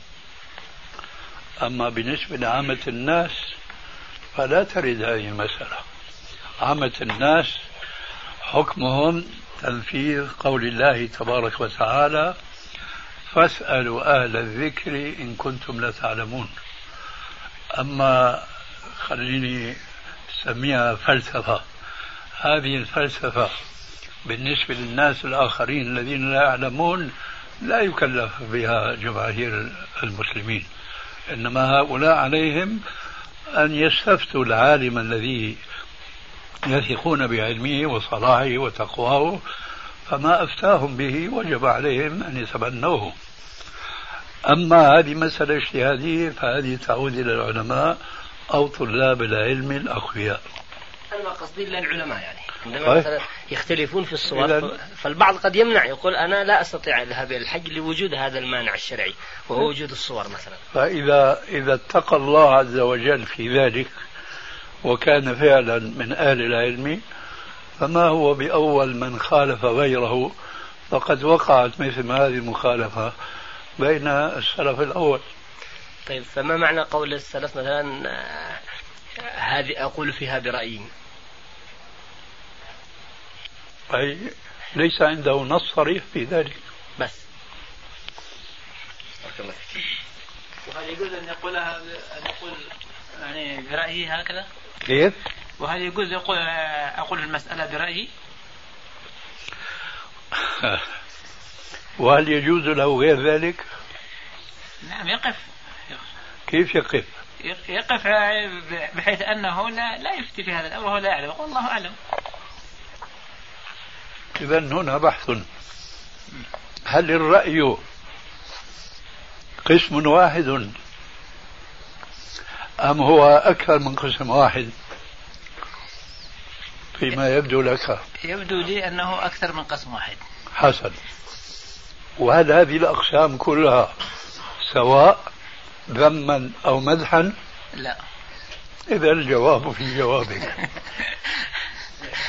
أما بالنسبة لعامة الناس فلا ترد هذه المسألة. عامة الناس حكمهم تنفيذ قول الله تبارك وتعالى: فاسألوا أهل الذكر إن كنتم لا تعلمون. أما خليني سميها فلسفة، هذه الفلسفة بالنسبة للناس الآخرين الذين لا يعلمون لا يكلف بها جماهير المسلمين، إنما هؤلاء عليهم أن يستفتوا العالم الذي يثقون بعلمه وصلاحه وتقواه، فما أفتاهم به وجب عليهم أن يتبنوه. أما هذه مسألة اجتهادية فهذه تعود إلى العلماء أو طلاب العلم الأقوياء. أنا قصدي للعلماء، يعني عندما مثلا يختلفون في الصور فالبعض قد يمنع، يقول أنا لا أستطيع الذهاب إلى الحج لوجود هذا المانع الشرعي وهو وجود الصور مثلا. فإذا إذا اتقى الله عز وجل في ذلك وكان فعلا من أهل العلم، فما هو بأول من خالف غيره، فقد وقعت مثل هذه المخالفة بين السلف الأول. طيب، فما معنى قول السلف مثلا هذه أقول فيها برأيي؟ أي ليس عنده نص صريح في ذلك بس. وهل يجوز أن يقولها أن يقول يعني برأيه هكذا؟ كيف؟ وهل يجوز يقول أقول المسألة برأيي؟ وهل يجوز له غير ذلك؟ نعم، يقف. كيف يقف؟ يقف بحيث أنه لا, لا يفتي في هذا الأمر وهو لا يعلم، والله أعلم. إذن هنا بحث: هل الرأي قسم واحد أم هو أكثر من قسم واحد؟ فيما يبدو لك يبدو لي أنه أكثر من قسم واحد. حسن. وهل هذه الأقسام كلها سواء ذما أو مدحا؟ لا. إذا الجواب في جوابك.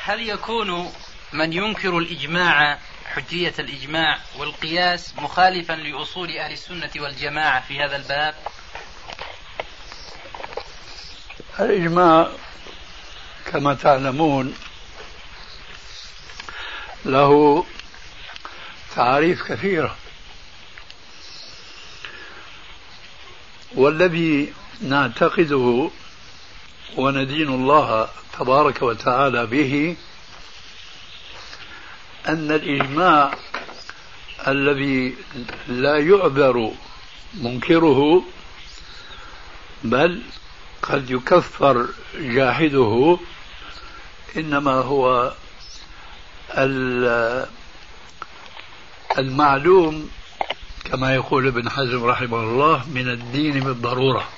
هل يكون من ينكر الإجماع حجية الإجماع والقياس مخالفا لأصول أهل السنة والجماعة في هذا الباب؟ الإجماع كما تعلمون له تعاريف كثيرة، والذي نعتقده وندين الله تبارك وتعالى به أن الإجماع الذي لا يعذر منكره بل قد يكفر جاحده إنما هو المعلوم كما يقول ابن حزم رحمه الله من الدين بالضرورة.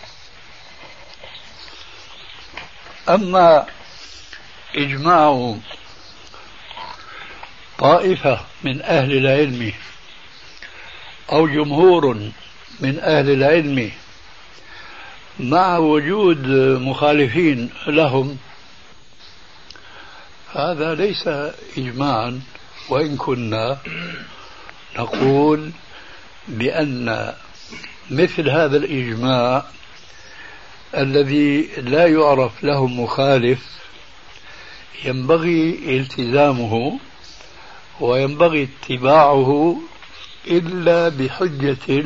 أما إجماع طائفة من أهل العلم أو جمهور من أهل العلم مع وجود مخالفين لهم، هذا ليس إجماعا، وإن كنا نقول بأن مثل هذا الإجماع الذي لا يعرف له مخالف ينبغي التزامه وينبغي اتباعه إلا بحجة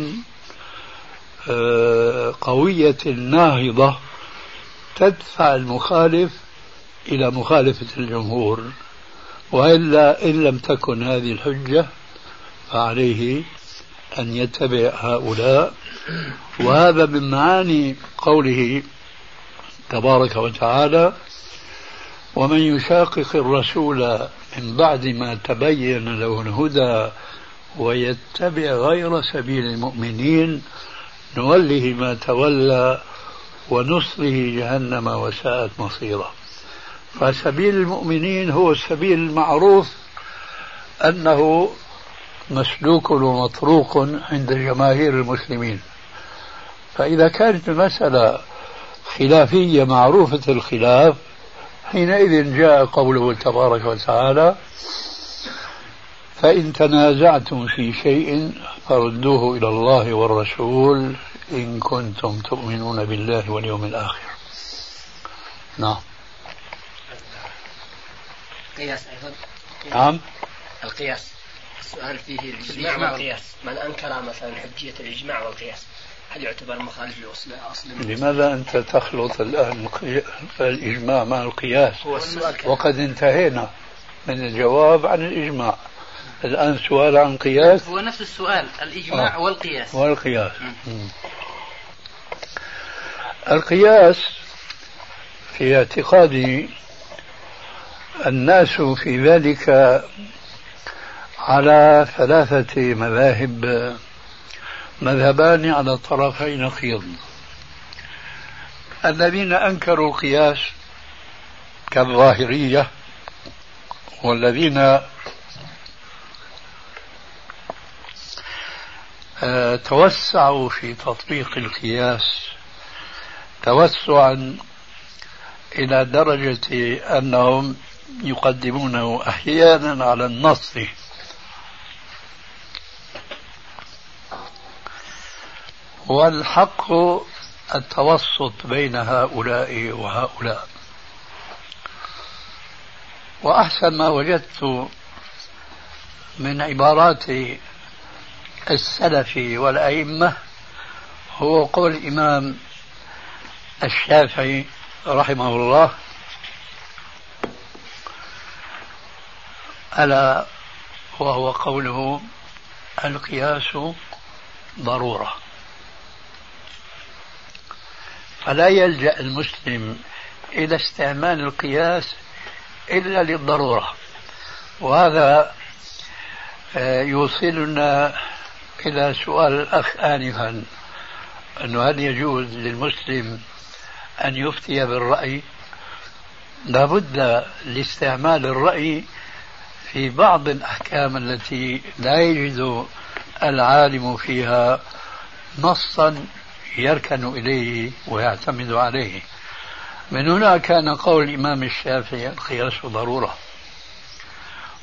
قوية ناهضة تدفع المخالف إلى مخالفة الجمهور، وإلا إن لم تكن هذه الحجة فعليه أن يتبع هؤلاء. وهذا من معاني قوله تبارك وتعالى: ومن يشاقق الرسول من بعد ما تبين له الهدى ويتبع غير سبيل المؤمنين نوله ما تولى ونصله جهنم وساءت مصيرا. فسبيل المؤمنين هو السبيل المعروف أنه مسلوك ومطروق عند جماهير المسلمين. فإذا كانت المسألة خلافية معروفة الخلاف، حينئذ جاء قوله تبارك وتعالى: فإن تنازعتم في شيء فردوه إلى الله والرسول إن كنتم تؤمنون بالله واليوم الآخر. نعم. القياس أيضا. نعم. القياس السؤال فيه الإجماع والقياس. من أنكر مثلا حجية الإجماع والقياس هل يعتبر مخالف لأصل أصل؟ لماذا أنت تخلط الآن الإجماع مع القياس؟ هو السؤال وقد انتهينا من الجواب عن الإجماع، الآن سؤال عن قياس. هو نفس السؤال، الإجماع آه. والقياس. والقياس م. القياس في اعتقادي الناس في ذلك على ثلاثة مذاهب، مذهبان على طرفي نقيض. الذين أنكروا القياس كالظاهرية، والذين توسعوا في تطبيق القياس توسعا إلى درجة أنهم يقدمونه أحيانا على النص. والحق التوسط بين هؤلاء وهؤلاء. وأحسن ما وجدت من عبارات السلف والأئمة هو قول الإمام الشافعي رحمه الله: ألا وهو قوله: القياس ضرورة. فلا يلجأ المسلم إلى استعمال القياس إلا للضرورة. وهذا يوصلنا إلى سؤال الأخ آنفا، أنه هل يجوز للمسلم أن يفتي بالرأي؟ لابد لاستعمال الرأي في بعض الأحكام التي لا يجد العالم فيها نصا يركن إليه ويعتمد عليه. من هنا كان قول الإمام الشافعي: القياس ضرورة.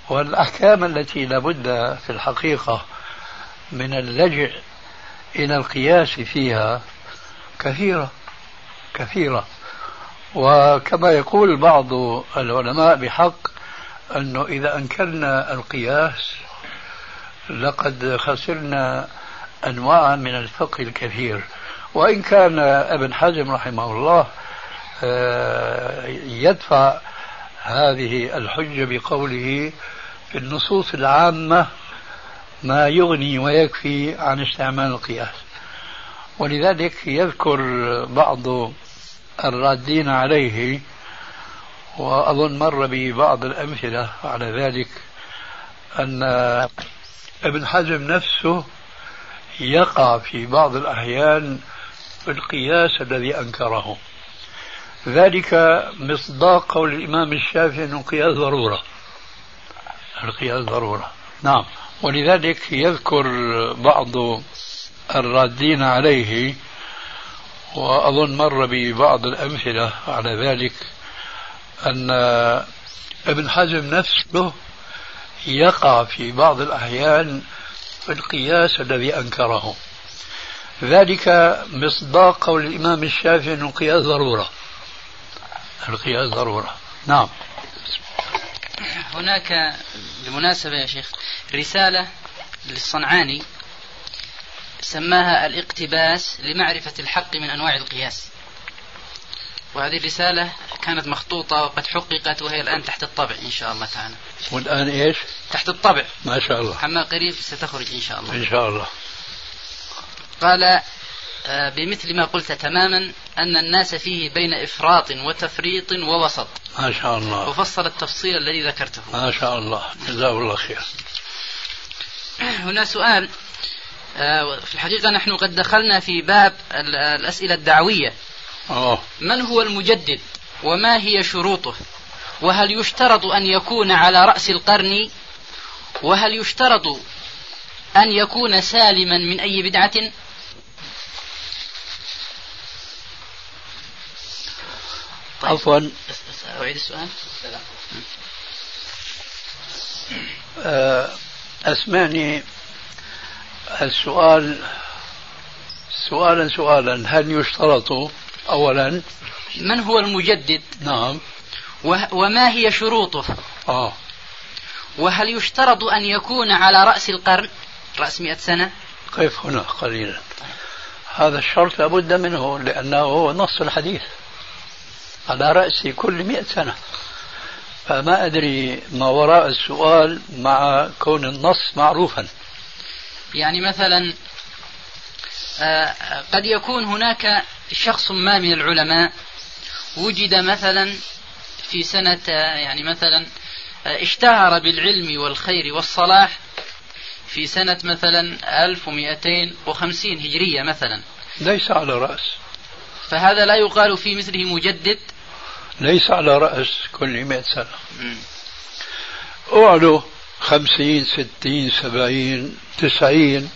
والأحكام التي لابد في الحقيقة من اللجئ إلى القياس فيها كثيرة كثيرة. وكما يقول بعض العلماء بحق أنه إذا أنكرنا القياس لقد خسرنا أنواعا من الفقه الكثير. وإن كان ابن حزم رحمه الله يدفع هذه الحجة بقوله في النصوص العامة ما يغني ويكفي عن استعمال القياس، ولذلك يذكر بعض الرادين عليه، وأظن مر ببعض الأمثلة على ذلك، أن ابن حزم نفسه يقع في بعض الأحيان في القياس الذي أنكره. ذلك مصداق قول الإمام الشافعي أنه قياس ضرورة، القياس ضرورة. نعم. ولذلك يذكر بعض الرادين عليه، وأظن مر ببعض الأمثلة على ذلك، أن ابن حزم نفسه يقع في بعض الأحيان في القياس الذي أنكره. ذلك مصداق قول الإمام الشافعي أنه قياس ضرورة، القياس ضرورة. نعم. هناك بالمناسبة يا شيخ رسالة للصنعاني سماها الاقتباس لمعرفة الحق من أنواع القياس، وهذه الرسالة كانت مخطوطة وقد حققت وهي الآن تحت الطبع إن شاء الله تعالى. والآن إيش؟ تحت الطبع ما شاء الله، عما قريب ستخرج إن شاء الله. إن شاء الله. قال بمثل ما قلت تماما أن الناس فيه بين إفراط وتفريط ووسط. ما شاء الله. وفصل التفصيل الذي ذكرته. ما شاء الله، جزاه الله خير. هنا سؤال، في الحقيقة نحن قد دخلنا في باب الأسئلة الدعوية. أوه. من هو المجدد وما هي شروطه، وهل يشترط أن يكون على رأس القرن، وهل يشترط أن يكون سالما من أي بدعة؟ طيب. عفوا أعيد السؤال. أسمعني السؤال سؤالا سؤالا. هل يشترط أولا من هو المجدد؟ نعم. وما هي شروطه؟ آه. وهل يشترط أن يكون على رأس القرن، رأس مئة سنة؟ قف هنا قليلا. هذا الشرط لابد منه، لأنه هو نص الحديث على رأس كل مئة سنة. فما أدري ما وراء السؤال مع كون النص معروفا. يعني مثلا قد يكون هناك شخص ما من العلماء وجد مثلا في سنة، يعني مثلا اشتهر بالعلم والخير والصلاح في سنة مثلا ألف ومئتين وخمسين هجرية مثلا، ليس على رأس، فهذا لا يقال في مثله مجدد. ليس على رأس كل مئة سنة. أعلو خمسين ستين سبعين تسعين،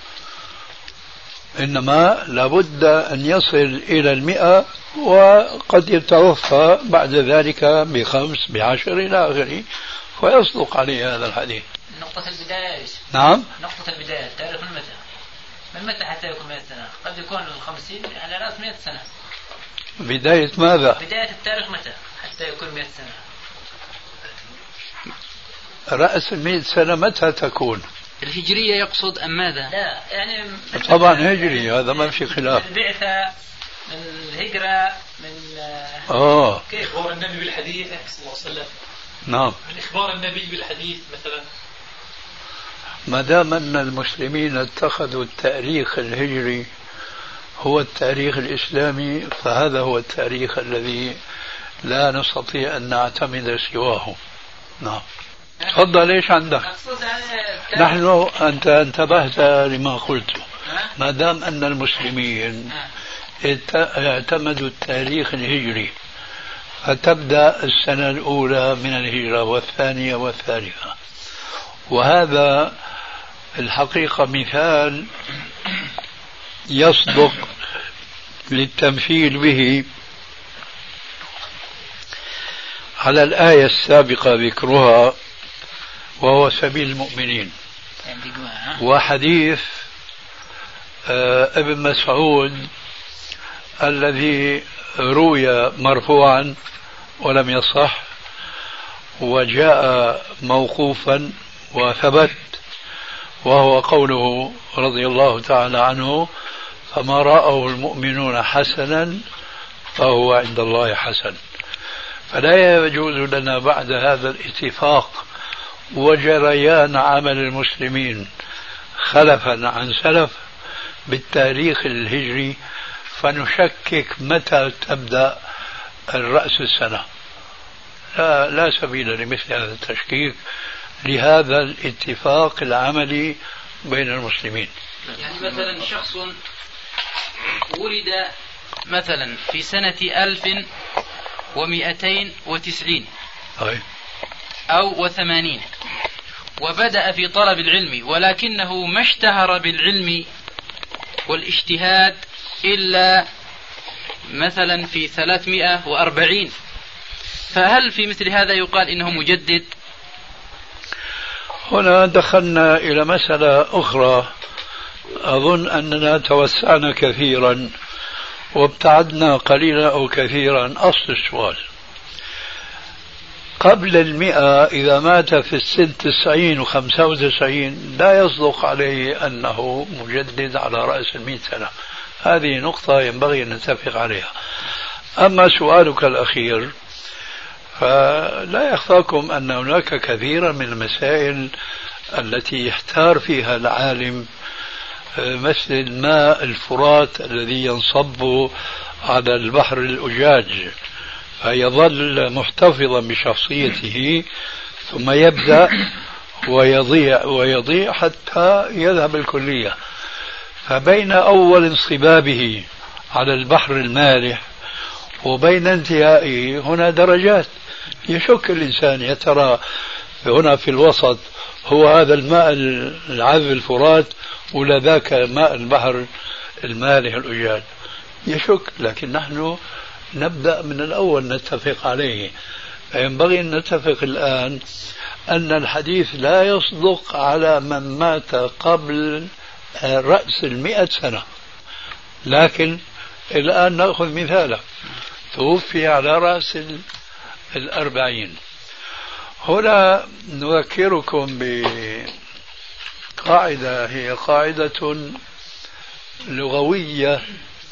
إنما لابد أن يصل إلى المئة، وقد يتوفى بعد ذلك بخمس بعشر إلى آخره، فيصدق عليه هذا الحديث. نقطة البداية. نعم. نقطة البداية تاريخ من متى؟ من متى حتى يكون مئة سنة؟ قد يكون الخمسين على رأس مئة سنة. بداية ماذا؟ بداية التاريخ متى حتى يكون مئة سنة؟ رأس المئة سنة متى تكون؟ الهجرية يقصد أم ماذا؟ لا يعني طبعا هجري، هذا ما في خلاف. من البعثة، من الهجرة، من آه كيف إخبار النبي بالحديث صلى الله عليه وسلم. نعم. من إخبار النبي بالحديث مثلا. ما دام أن المسلمين اتخذوا التاريخ الهجري هو التاريخ الإسلامي، فهذا هو التاريخ الذي لا نستطيع أن نعتمد سواه. نعم. تفضل. ايش عندك؟ نحن أنت انتبهت لما قلت. ما دام أن المسلمين اعتمدوا التاريخ الهجري، فتبدأ السنة الأولى من الهجرة والثانية والثالثة، وهذا الحقيقة مثال يصدق للتمثيل به على الآية السابقة ذكرها وهو سبيل المؤمنين. وحديث ابن مسعود الذي روي مرفوعا ولم يصح، وجاء موقوفا وثبت، وهو قوله رضي الله تعالى عنه: فما رأوا المؤمنون حسنا فهو عند الله حسن. فلا يجوز لنا بعد هذا الاتفاق وجريان عمل المسلمين خلفا عن سلف بالتاريخ الهجري فنشكك متى تبدأ الرأس السنة. لا, لا سبيل لمثل هذا التشكيك لهذا الاتفاق العملي بين المسلمين. يعني مثلا شخص ولد مثلا في سنة ألف ومئتين وتسعين أو وثمانين، وبدأ في طلب العلم، ولكنه ما اشتهر بالعلم والاجتهاد إلا مثلا في ثلاثمائة وأربعين، فهل في مثل هذا يقال إنه مجدد؟ هنا دخلنا إلى مسألة أخرى، أظن أننا توسعنا كثيرا وابتعدنا قليلا أو كثيرا أصل السؤال. قبل المئة إذا مات في السن تسعين وخمسة وتسعين لا يصدق عليه أنه مجدد على رأس المئة سنة. هذه نقطة ينبغي أن نتفق عليها. أما سؤالك الأخير فلا يخفاكم أن هناك كثيرا من المسائل التي يحتار فيها العالم، مثل الماء الفرات الذي ينصب على البحر الأجاج فيظل محتفظا بشخصيته ثم يبدأ ويضيع ويضيع حتى يذهب الكلية. فبين أول انصبابه على البحر المالح وبين انتهائه هنا درجات. يشك الإنسان يا ترى هنا في الوسط هو هذا الماء العذب الفرات ولا ذاك ماء البحر المالح الأجاج، يشك. لكن نحن نبدأ من الأول نتفق عليه. فينبغي أن نتفق الآن أن الحديث لا يصدق على من مات قبل رأس المئة سنة. لكن الآن نأخذ مثالا، توفي على رأس الأربعين. هنا نذكركم بقاعدة هي قاعدة لغوية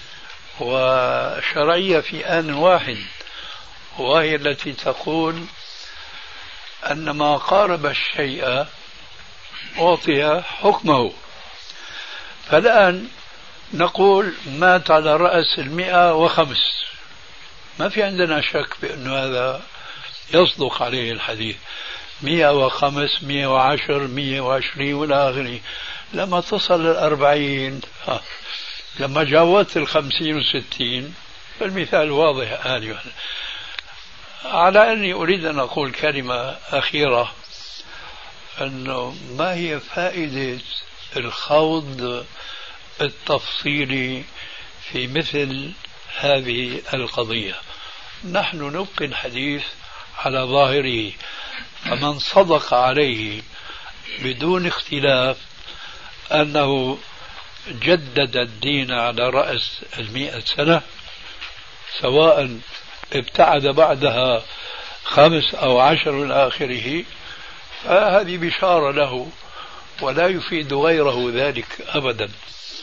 وشرعية في آن واحد، وهي التي تقول أن ما قارب الشيء أعطي حكمه. فالآن نقول مات على رأس المئة وخمس، ما في عندنا شك بأن هذا يصدق عليه الحديث. مئة وخمس، مئة وعشر، مئة وعشرين ولا آخره. لما تصل الأربعين، لما جاوزت الخمسين والستين، المثال واضح آنفا. على أني أريد أن أقول كلمة أخيرة، أنه ما هي فائدة الخوض التفصيلي في مثل هذه القضية؟ نحن نبقي الحديث على ظاهره، فمن صدق عليه بدون اختلاف أنه جدد الدين على رأس المئة سنة، سواء ابتعد بعدها خمس أو عشر من آخره، فهذه بشارة له ولا يفيد غيره ذلك أبدا.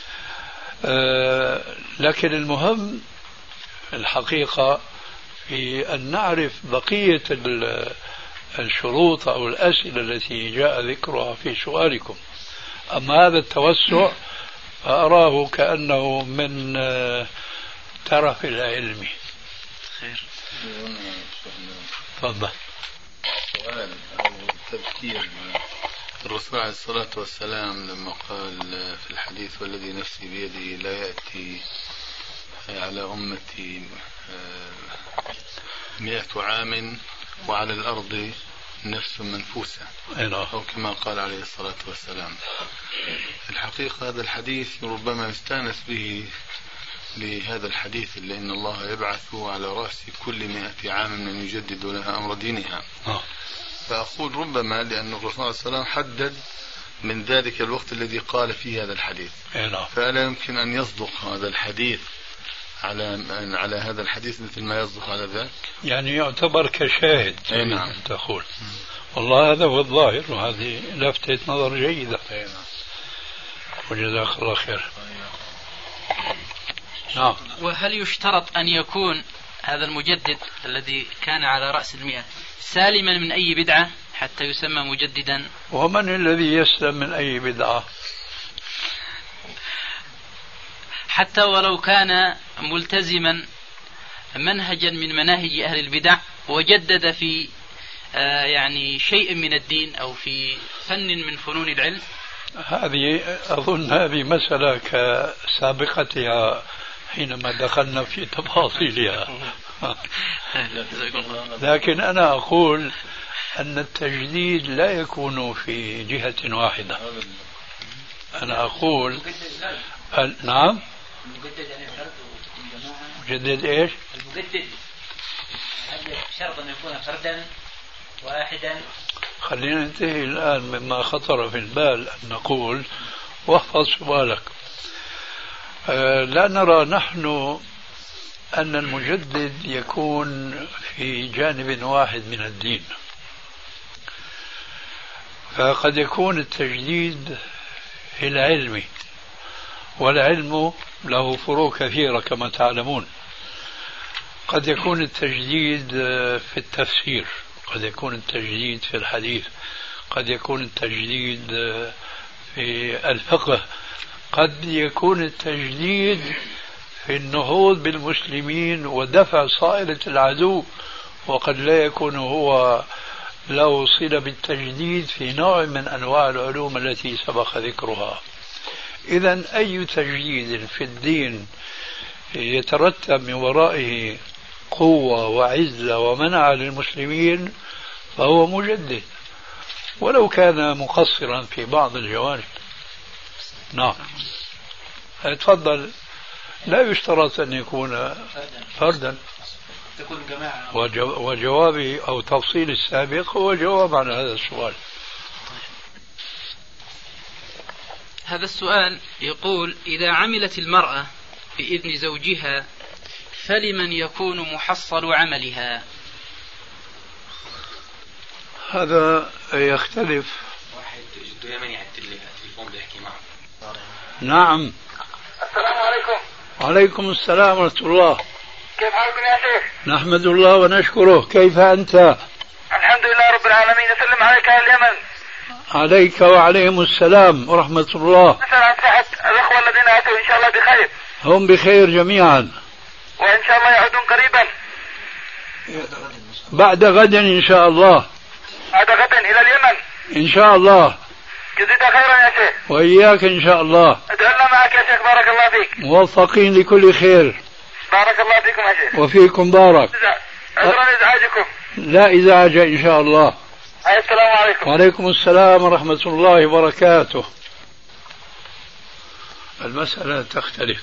أه لكن المهم الحقيقة في أن نعرف بقية الشروط أو الأسئلة التي جاء ذكرها في سؤالكم. أما هذا التوسع فأراه كأنه من ترف العلم. خير. تفضل. سؤال أو تذكير الرسول عليه الصلاة والسلام لما قال في الحديث: والذي نفسي بيده لا يأتي على أمتي مئة عام وعلى الأرض نفس منفوسة، أو كما قال عليه الصلاة والسلام. الحقيقة هذا الحديث ربما يستانس به لهذا الحديث، لأن الله يبعث على رأس كل مئة عام من يجدد لها أمر دينها. فأقول ربما لأن الرسول صلى الله عليه وسلم حدد من ذلك الوقت الذي قال فيه هذا الحديث، فلا يمكن أن يصدق هذا الحديث على على هذا الحديث مثل ما يصدق على ذاك، يعني يعتبر كشاهد. نعم. تقول والله هذا هو الظاهر، وهذه لفتة نظر جيدة. وجزاك الله خير. نعم. وهل يشترط أن يكون هذا المجدد الذي كان على رأس المئة سالما من أي بدعة حتى يسمى مجددا؟ ومن الذي يسلم من أي بدعة؟ حتى ولو كان ملتزما منهجا من مناهج أهل البدع وجدد في آه يعني شيء من الدين أو في فن من فنون العلم. هذه أظن هذه مسألة كسابقتها حينما دخلنا في تفاصيلها. لكن أنا أقول أن التجديد لا يكون في جهة واحدة. أنا أقول نعم. مجدد إيش؟ المجدد شرط أن يكون فردا واحدا. خلينا ننتهي الآن مما خطر في البال أن نقول، واحفظ سؤالك. أه لا نرى نحن أن المجدد يكون في جانب واحد من الدين، فقد يكون التجديد في العلم، والعلم له فروع كثيرة كما تعلمون. قد يكون التجديد في التفسير، قد يكون التجديد في الحديث، قد يكون التجديد في الفقه، قد يكون التجديد في النهوض بالمسلمين ودفع صائلة العدو، وقد لا يكون هو له صلة بالتجديد في نوع من أنواع العلوم التي سبق ذكرها. إذن أي تجديد في الدين يترتب من ورائه قوة وعزة ومنع للمسلمين فهو مجدد، ولو كان مقصرا في بعض الجوانب. نعم. تفضل. لا يشترط أن يكون فردا. وجوابي أو تفصيل السابق هو جواب عن هذا السؤال. هذا السؤال يقول: إذا عملت المرأة بإذن زوجها فلمن يكون محصل عملها؟ هذا يختلف. واحد جده يمني يعدل لي التليفون بيحكي معه. نعم. السلام عليكم. وعليكم السلام ورحمة الله. كيف حالكم يا شيخ؟ نحمد الله ونشكره. كيف أنت؟ الحمد لله رب العالمين. أسلم عليك أهل اليمن. عليك وعليهم السلام ورحمة الله. نسأل عن صحة الأخوة الذين أتوا إن شاء الله بخير. هم بخير جميعا وإن شاء الله يعودون قريبا. بعد غد إن شاء الله. بعد غد إلى اليمن إن شاء الله. جزيت خيرا يا شيخ. وإياك إن شاء الله. أدعونا معك يا شيخ. بارك الله فيك. موفقين لكل خير. بارك الله فيكم يا شيخ. وفيكم بارك. عذرا إزعاجكم. لا إزعاج إن شاء الله. السلام عليكم. وعليكم السلام ورحمة الله وبركاته. المسألة تختلف.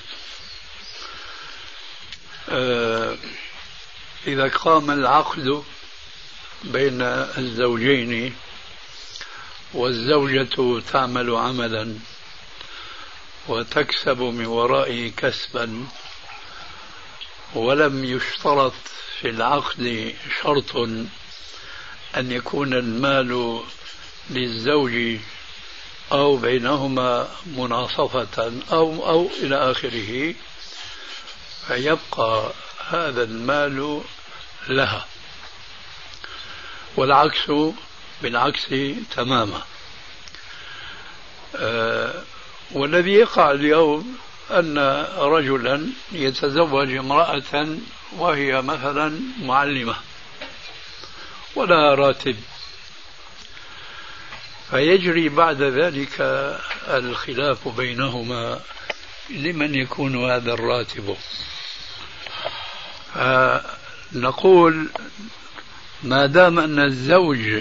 آه إذا قام العقد بين الزوجين والزوجة تعمل عملا وتكسب من ورائه كسبا، ولم يشترط في العقد شرط أن يكون المال للزوج أو بينهما مناصفة أو أو إلى آخره، فيبقى هذا المال لها، والعكس بالعكس تماما. أه والذي يقع اليوم أن رجلا يتزوج امرأة وهي مثلا معلمة ولا راتب، فيجري بعد ذلك الخلاف بينهما لمن يكون هذا الراتب. فنقول ما دام أن الزوج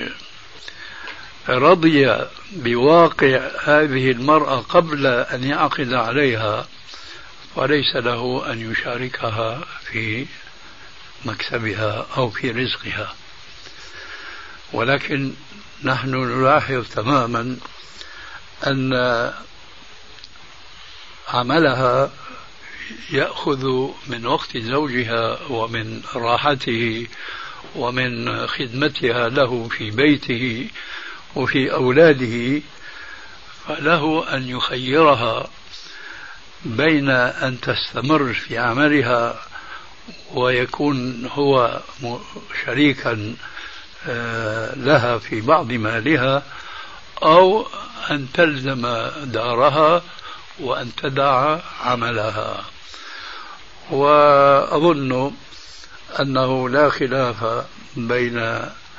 رضي بواقع هذه المرأة قبل أن يعقد عليها فليس له أن يشاركها في مكسبها أو في رزقها. ولكن نحن نلاحظ تماما أن عملها يأخذ من وقت زوجها ومن راحته ومن خدمتها له في بيته وفي أولاده، فله أن يخيرها بين أن تستمر في عملها ويكون هو شريكا لها في بعض مالها، أو أن تلزم دارها وأن تدع عملها. وأظن أنه لا خلاف بين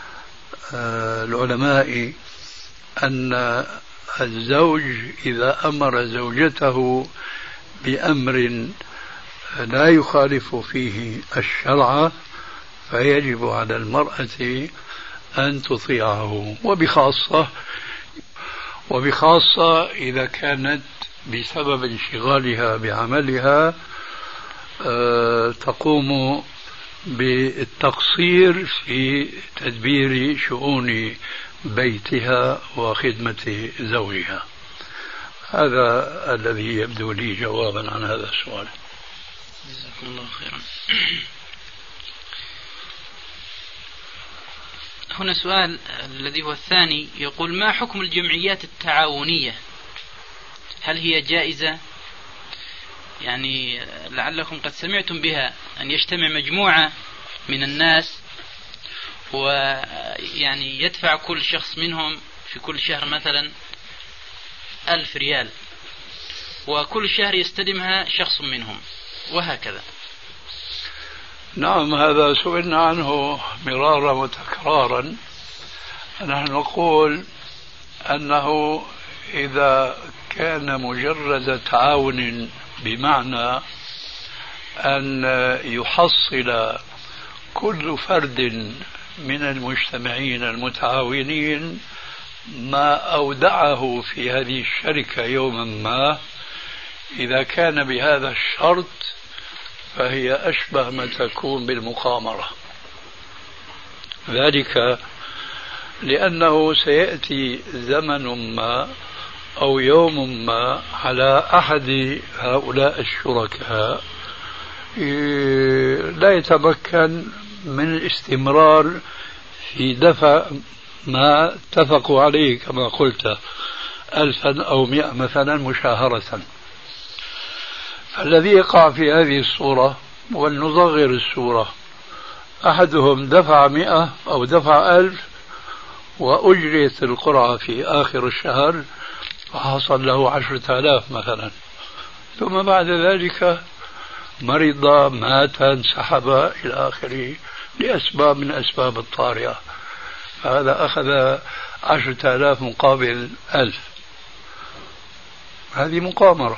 العلماء أن الزوج إذا أمر زوجته بأمر لا يخالف فيه الشرع فيجب على المرأة أن تطيعه، وبخاصة وبخاصة إذا كانت بسبب انشغالها بعملها تقوم بالتقصير في تدبير شؤون بيتها وخدمة زوجها. هذا الذي يبدو لي جوابا عن هذا السؤال. جزاكم الله خيرا. هنا سؤال الذي هو الثاني يقول: ما حكم الجمعيات التعاونية؟ هل هي جائزة؟ يعني لعلكم قد سمعتم بها، أن يجتمع مجموعة من الناس ويعني يدفع كل شخص منهم في كل شهر مثلا ألف ريال، وكل شهر يستلمها شخص منهم، وهكذا. نعم، هذا سئلنا عنه مرارا وتكرارا. نحن نقول أنه إذا كان مجرد تعاون بمعنى أن يحصل كل فرد من المجتمعين المتعاونين ما أودعه في هذه الشركة يوما ما، إذا كان بهذا الشرط فهي أشبه ما تكون بالمقامرة. ذلك لأنه سيأتي زمن ما أو يوم ما على أحد هؤلاء الشركاء لا يتمكن من الاستمرار في دفع ما اتفقوا عليه كما قلت ألفا أو مئة مثلا مشاهرة. فالذي يقع في هذه الصورة، ولنصغر الصورة، أحدهم دفع مئة أو دفع ألف وأجريت القرعة في آخر الشهر فحصل له عشرة آلاف مثلا، ثم بعد ذلك مرض، مات، انسحب إلى آخره لأسباب من أسباب الطارئة، فهذا أخذ عشرة آلاف مقابل ألف. هذه مقامرة.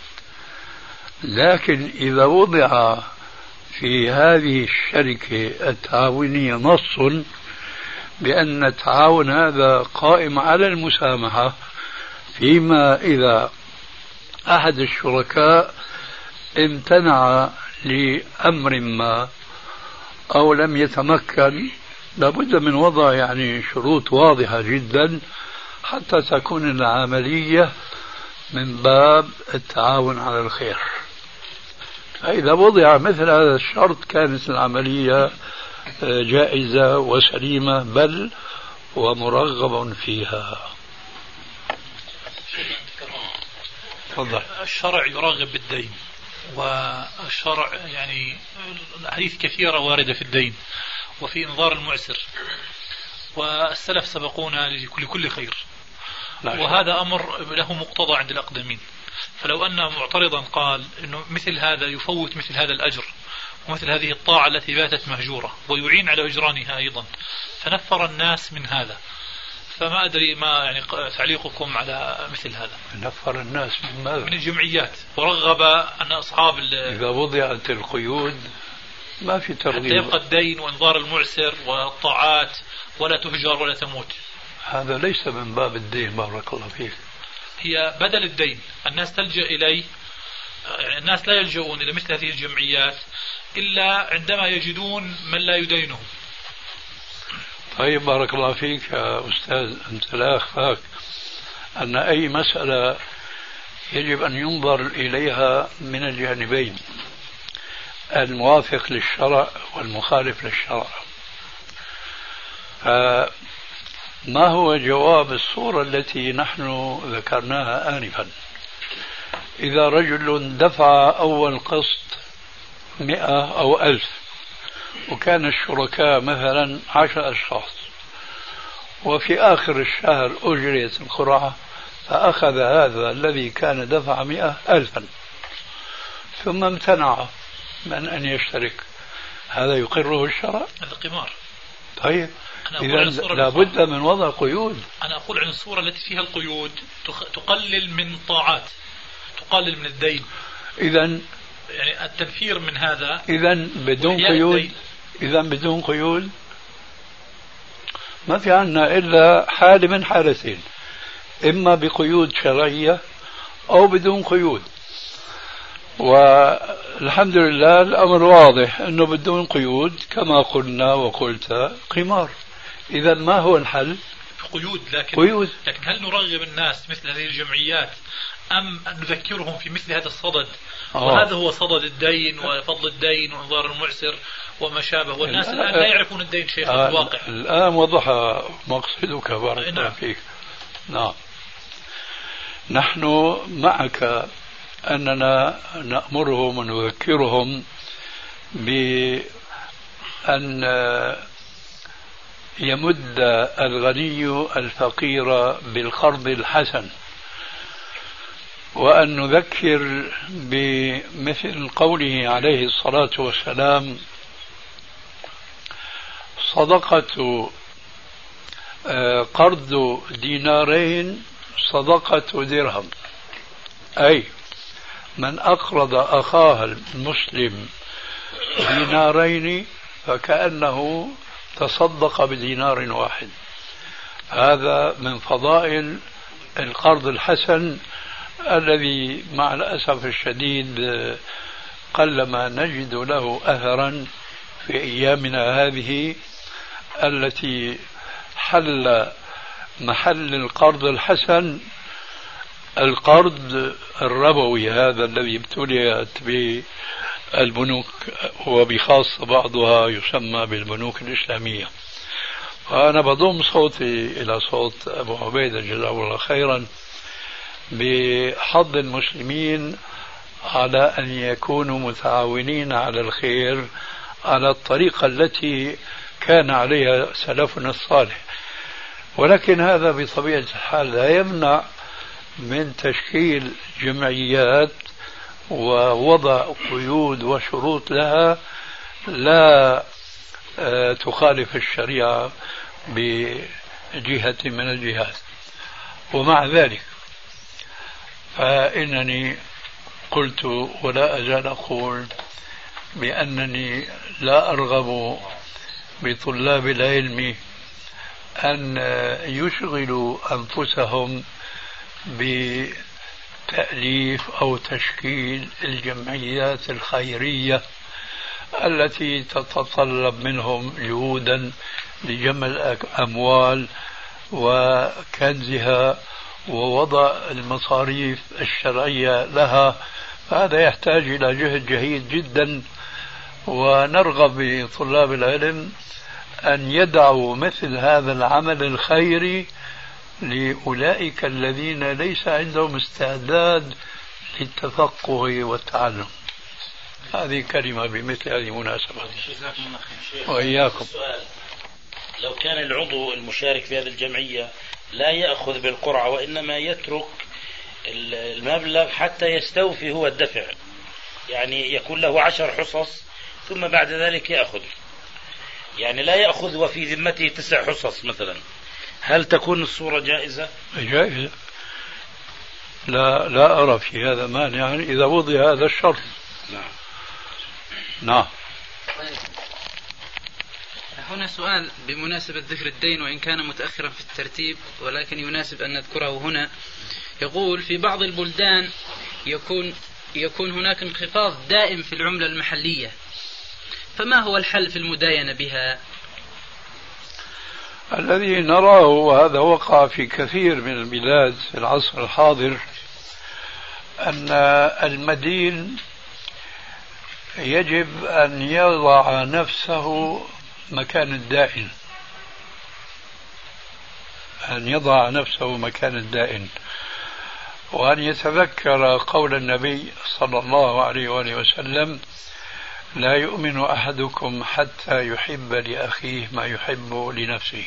لكن إذا وضع في هذه الشركة التعاونية نص بأن التعاون هذا قائم على المسامحة، فيما إذا أحد الشركاء امتنع لأمر ما أو لم يتمكن، لابد من وضع يعني شروط واضحة جدا حتى تكون العملية من باب التعاون على الخير. فإذا وضع مثل هذا الشرط كانت العملية جائزة وسليمة بل ومرغب فيها. تفضل. الشرع يرغب بالدين، والشرع يعني الحديث كثيرة واردة في الدين وفي إنظار المعسر، والسلف سبقونا لكل خير، وهذا أمر له مقتضى عند الأقدمين. فلو أن معترضا قال إنه مثل هذا يفوت مثل هذا الأجر ومثل هذه الطاعة التي باتت مهجورة ويعين على إجرانها أيضا، فنفر الناس من هذا، فما أدري ما يعني تعليقكم على مثل هذا. نفر الناس من ماذا؟ من الجمعيات، ورغب أن أصحاب إذا وضعت القيود ما في ترغيب، حتى يبقى الدين وإنظار المعسر والطاعات ولا تهجر ولا تموت. هذا ليس من باب الدين، بارك الله فيك. هي بدل الدين، الناس تلجأ إليه، يعني الناس لا يلجؤون إلى مثل هذه الجمعيات إلا عندما يجدون من لا يدينهم. طيب بارك الله فيك يا أستاذ. أنت لا يخفاك أن أي مسألة يجب أن ينظر إليها من الجانبين، الموافق للشرع والمخالف للشرع. ما هو جواب الصورة التي نحن ذكرناها آنفا؟ إذا رجل دفع أول قسط مئة أو ألف وكان الشركاء مثلا عشر أشخاص، وفي آخر الشهر أجريت القرعة فأخذ هذا الذي كان دفع مئة ألفا ثم امتنع من أن يشترك، هذا يقره الشرع؟ هذا قمار. طيب إذا لابد من وضع قيود. أنا أقول عن الصورة التي فيها القيود تقلل من طاعات، تقلل من الدين. إذا يعني التنفير من هذا إذا بدون قيود، إذا بدون قيود ما في عنا إلا حالة من حالتين، إما بقيود شرعية أو بدون قيود. والحمد لله الأمر واضح أنه بدون قيود كما قلنا وقلت قمار. إذا ما هو الحل؟ قيود. لكن قيود. لكن هل نرغب الناس مثل هذه الجمعيات أم نذكرهم في مثل هذا الصدد؟ آه. وهذا هو صدد الدين وفضل الدين وانظار المعسر وما شابه، والناس الآن لا يعرفون الدين شيخ في الواقع. الآن وضح مقصدك بارك الله فيك. نعم، نحن معك أننا نأمرهم ونذكرهم بأن يمد الغني الفقير بالقرض الحسن، وأن نذكر بمثل قوله عليه الصلاة والسلام: صدقة قرض دينارين صدقة درهم، أي من أقرض أخاه المسلم دينارين فكأنه تصدق بدينار واحد. هذا من فضائل القرض الحسن الذي مع الأسف الشديد قلما نجد له أثرا في أيامنا هذه التي حل محل القرض الحسن القرض الربوي، هذا الذي ابتليت بالبنوك وبخاصة بعضها يسمى بالبنوك الإسلامية. وأنا بضم صوتي إلى صوت أبو عبيدة جزاه الله خيرا بحض المسلمين على أن يكونوا متعاونين على الخير على الطريقة التي كان عليها سلفنا الصالح. ولكن هذا بطبيعة الحال لا يمنع من تشكيل جمعيات ووضع قيود وشروط لها لا تخالف الشريعة بجهة من الجهات. ومع ذلك فإنني قلت ولا أزال أقول بأنني لا أرغب بطلاب العلم أن يشغلوا أنفسهم بتأليف أو تشكيل الجمعيات الخيرية التي تتطلب منهم جهودا لجمع الأموال وكنزها ووضع المصاريف الشرعية لها. فهذا يحتاج إلى جهد جهيد جدا، ونرغب بطلاب العلم أن يدعوا مثل هذا العمل الخيري لأولئك الذين ليس عندهم استعداد للتفقه والتعلم. هذه كلمة بمثل هذه المناسبة. وإياكم. لو كان العضو المشارك في هذه الجمعية لا يأخذ بالقرعة وإنما يترك المبلغ حتى يستوفي هو الدفع، يعني يكون له عشر حصص ثم بعد ذلك يأخذ، يعني لا يأخذ وفي ذمته تسع حصص مثلا، هل تكون الصورة جائزة؟ جائزة، لا لا أرى في هذا مانعا إذا وضع هذا الشرط. نعم. نعم. هنا سؤال بمناسبة ذكر الدين وإن كان متأخرا في الترتيب ولكن يناسب أن نذكره هنا. يقول: في بعض البلدان يكون يكون هناك انخفاض دائم في العملة المحلية، فما هو الحل في المداينة بها؟ الذي نراه، وهذا وقع في كثير من البلاد في العصر الحاضر، أن المدين يجب أن يضع نفسه مكان الدائن، أن يضع نفسه مكان الدائن، وأن يتذكر قول النبي صلى الله عليه وآله وسلم: لا يؤمن أحدكم حتى يحب لأخيه ما يحب لنفسه.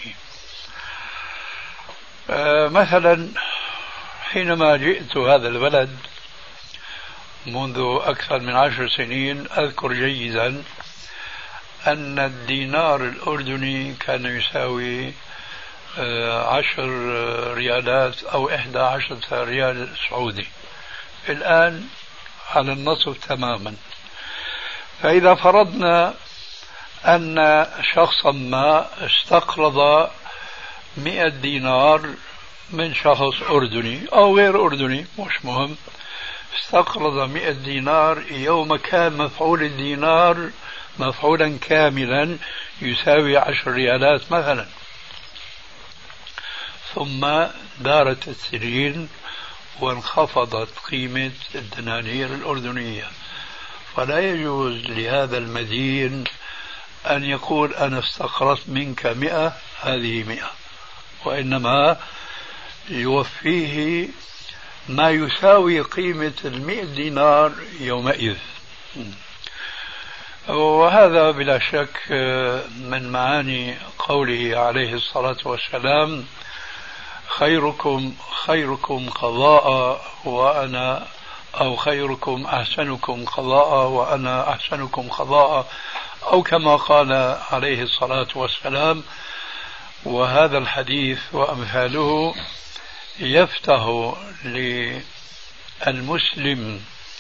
آه مثلا حينما جئت هذا البلد منذ أكثر من عشر سنين أذكر جيدا أن الدينار الأردني كان يساوي عشر ريالات أو إحدى عشرة ريال سعودي، الآن على النصف تماما. فإذا فرضنا أن شخصا ما استقرض مئة دينار من شخص أردني أو غير أردني مش مهم، استقرض مئة دينار، يوم كان مفعول الدينار مفعولا كاملا يساوي عشر ريالات مثلا، ثم دارت السنين وانخفضت قيمة الدنانير الأردنية، فلا يجوز لهذا المدين أن يقول أنا استقرضت منك مئة هذه مئة، وإنما يوفيه ما يساوي قيمة المئة دينار يومئذ. وهذا بلا شك من معاني قوله عليه الصلاة والسلام: خيركم خيركم قضاء وأنا أو خيركم أحسنكم قضاء وأنا أحسنكم قضاء، أو كما قال عليه الصلاة والسلام. وهذا الحديث وأمثاله يفتح للمسلم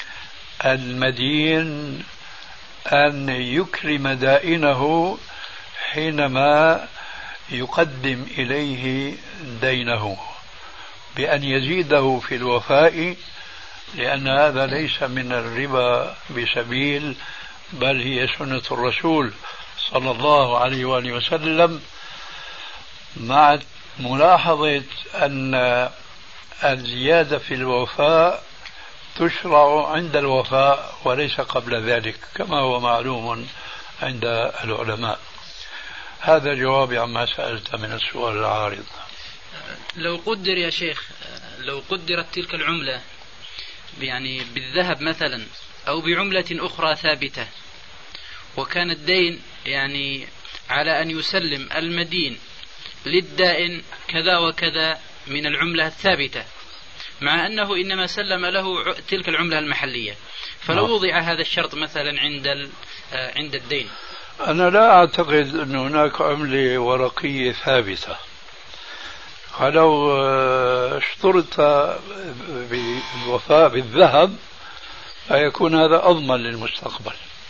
المدين أن يكرم دائنه حينما يقدم إليه دينه بأن يزيده في الوفاء، لأن هذا ليس من الربا بسبيل، بل هي سنة الرسول صلى الله عليه وآله وسلم، مع ملاحظة أن الزيادة في الوفاء تشرع عند الوفاء وليس قبل ذلك، كما هو معلوم عند العلماء. هذا جوابي عما سألت من السؤال العارض. لو قدر يا شيخ، لو قدرت تلك العملة يعني بالذهب مثلا أو بعملة أخرى ثابتة، وكان الدين يعني على أن يسلم المدين للدائن كذا وكذا من العملة الثابتة، مع أنه إنما سلم له تلك العملة المحلية، فلو وضع هذا الشرط مثلا عند عند الدين. أنا لا أعتقد أن هناك عملة ورقية ثابتة، فلو اشترط بالوفاء بالذهب فيكون هذا أضمن للمستقبل.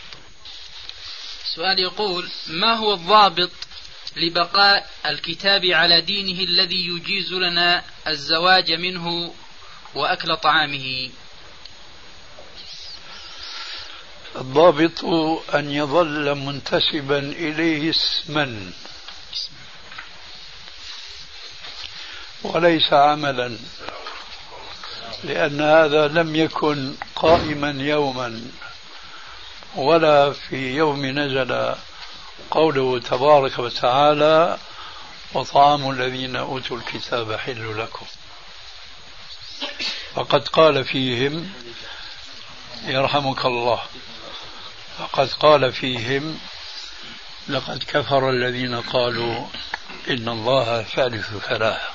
سؤال يقول: ما هو الضابط لبقاء الكتاب على دينه الذي يجيز لنا الزواج منه وأكل طعامه؟ الضابط أن يظل منتسبا إليه اسما وليس عملا، لأن هذا لم يكن قائما يوما ولا في يوم نزل قوله تبارك وتعالى: وطعام الذين أوتوا الكتاب حل لكم. فقد قال فيهم يرحمك الله فقد قال فيهم: لقد كفر الذين قالوا إن الله ثالث ثلاثة.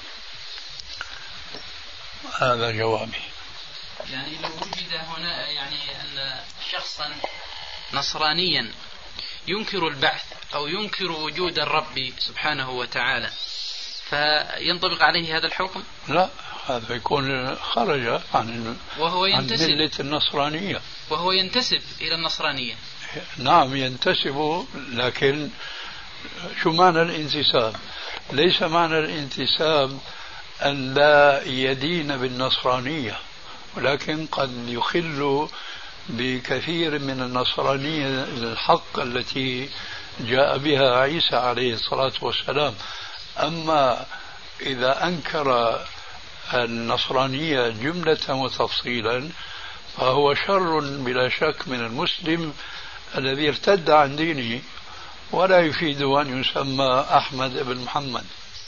هذا جوابي. يعني لو وجد هنا يعني أن شخصا نصرانيا ينكر البعث أو ينكر وجود الرب سبحانه وتعالى، فينطبق عليه هذا الحكم؟ لا، هذا يكون خرج عن وهو ينتسب عن ملة النصرانية، وهو ينتسب إلى النصرانية. نعم ينتسب، لكن شو معنى الانتساب؟ ليس معنى الانتساب أن لا يدين بالنصرانية، ولكن قد يخل بكثير من النصرانية الحق التي جاء بها عيسى عليه الصلاة والسلام، أما إذا أنكر النصرانية جملة وتفصيلا فهو شر بلا شك من المسلم الذي ارتد عن دينه، ولا يفيد أن يسمى أحمد بن محمد.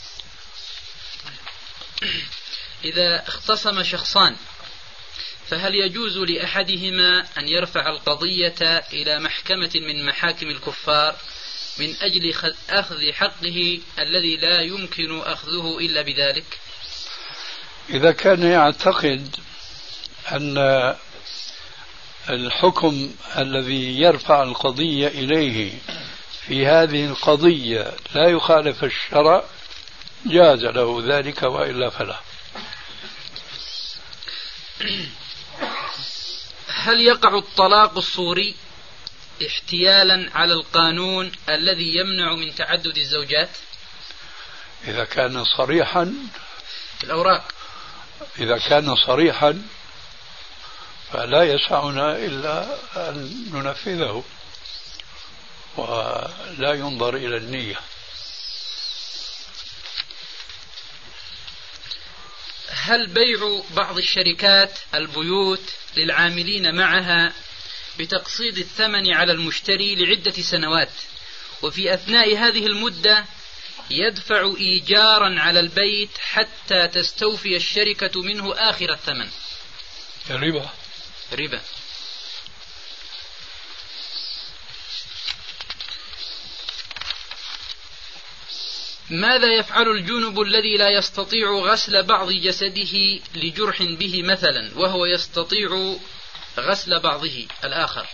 إذا اختصم شخصان فهل يجوز لأحدهما أن يرفع القضية إلى محكمة من محاكم الكفار من أجل أخذ حقه الذي لا يمكن أخذه إلا بذلك؟ إذا كان يعتقد أن الحكم الذي يرفع القضية إليه في هذه القضية لا يخالف الشرع جاز له ذلك، وإلا فلا. هل يقع الطلاق الصوري احتيالا على القانون الذي يمنع من تعدد الزوجات؟ إذا كان صريحا في الأوراق، إذا كان صريحا فلا يسعنا إلا أن ننفذه ولا ينظر إلى النية. هل بيع بعض الشركات البيوت للعاملين معها بتقسيط الثمن على المشتري لعدة سنوات، وفي أثناء هذه المدة يدفع إيجارا على البيت حتى تستوفي الشركة منه آخر الثمن؟ ربا. ربا. ماذا يفعل الجنب الذي لا يستطيع غسل بعض جسده لجرح به مثلا، وهو يستطيع غسل بعضه الآخر؟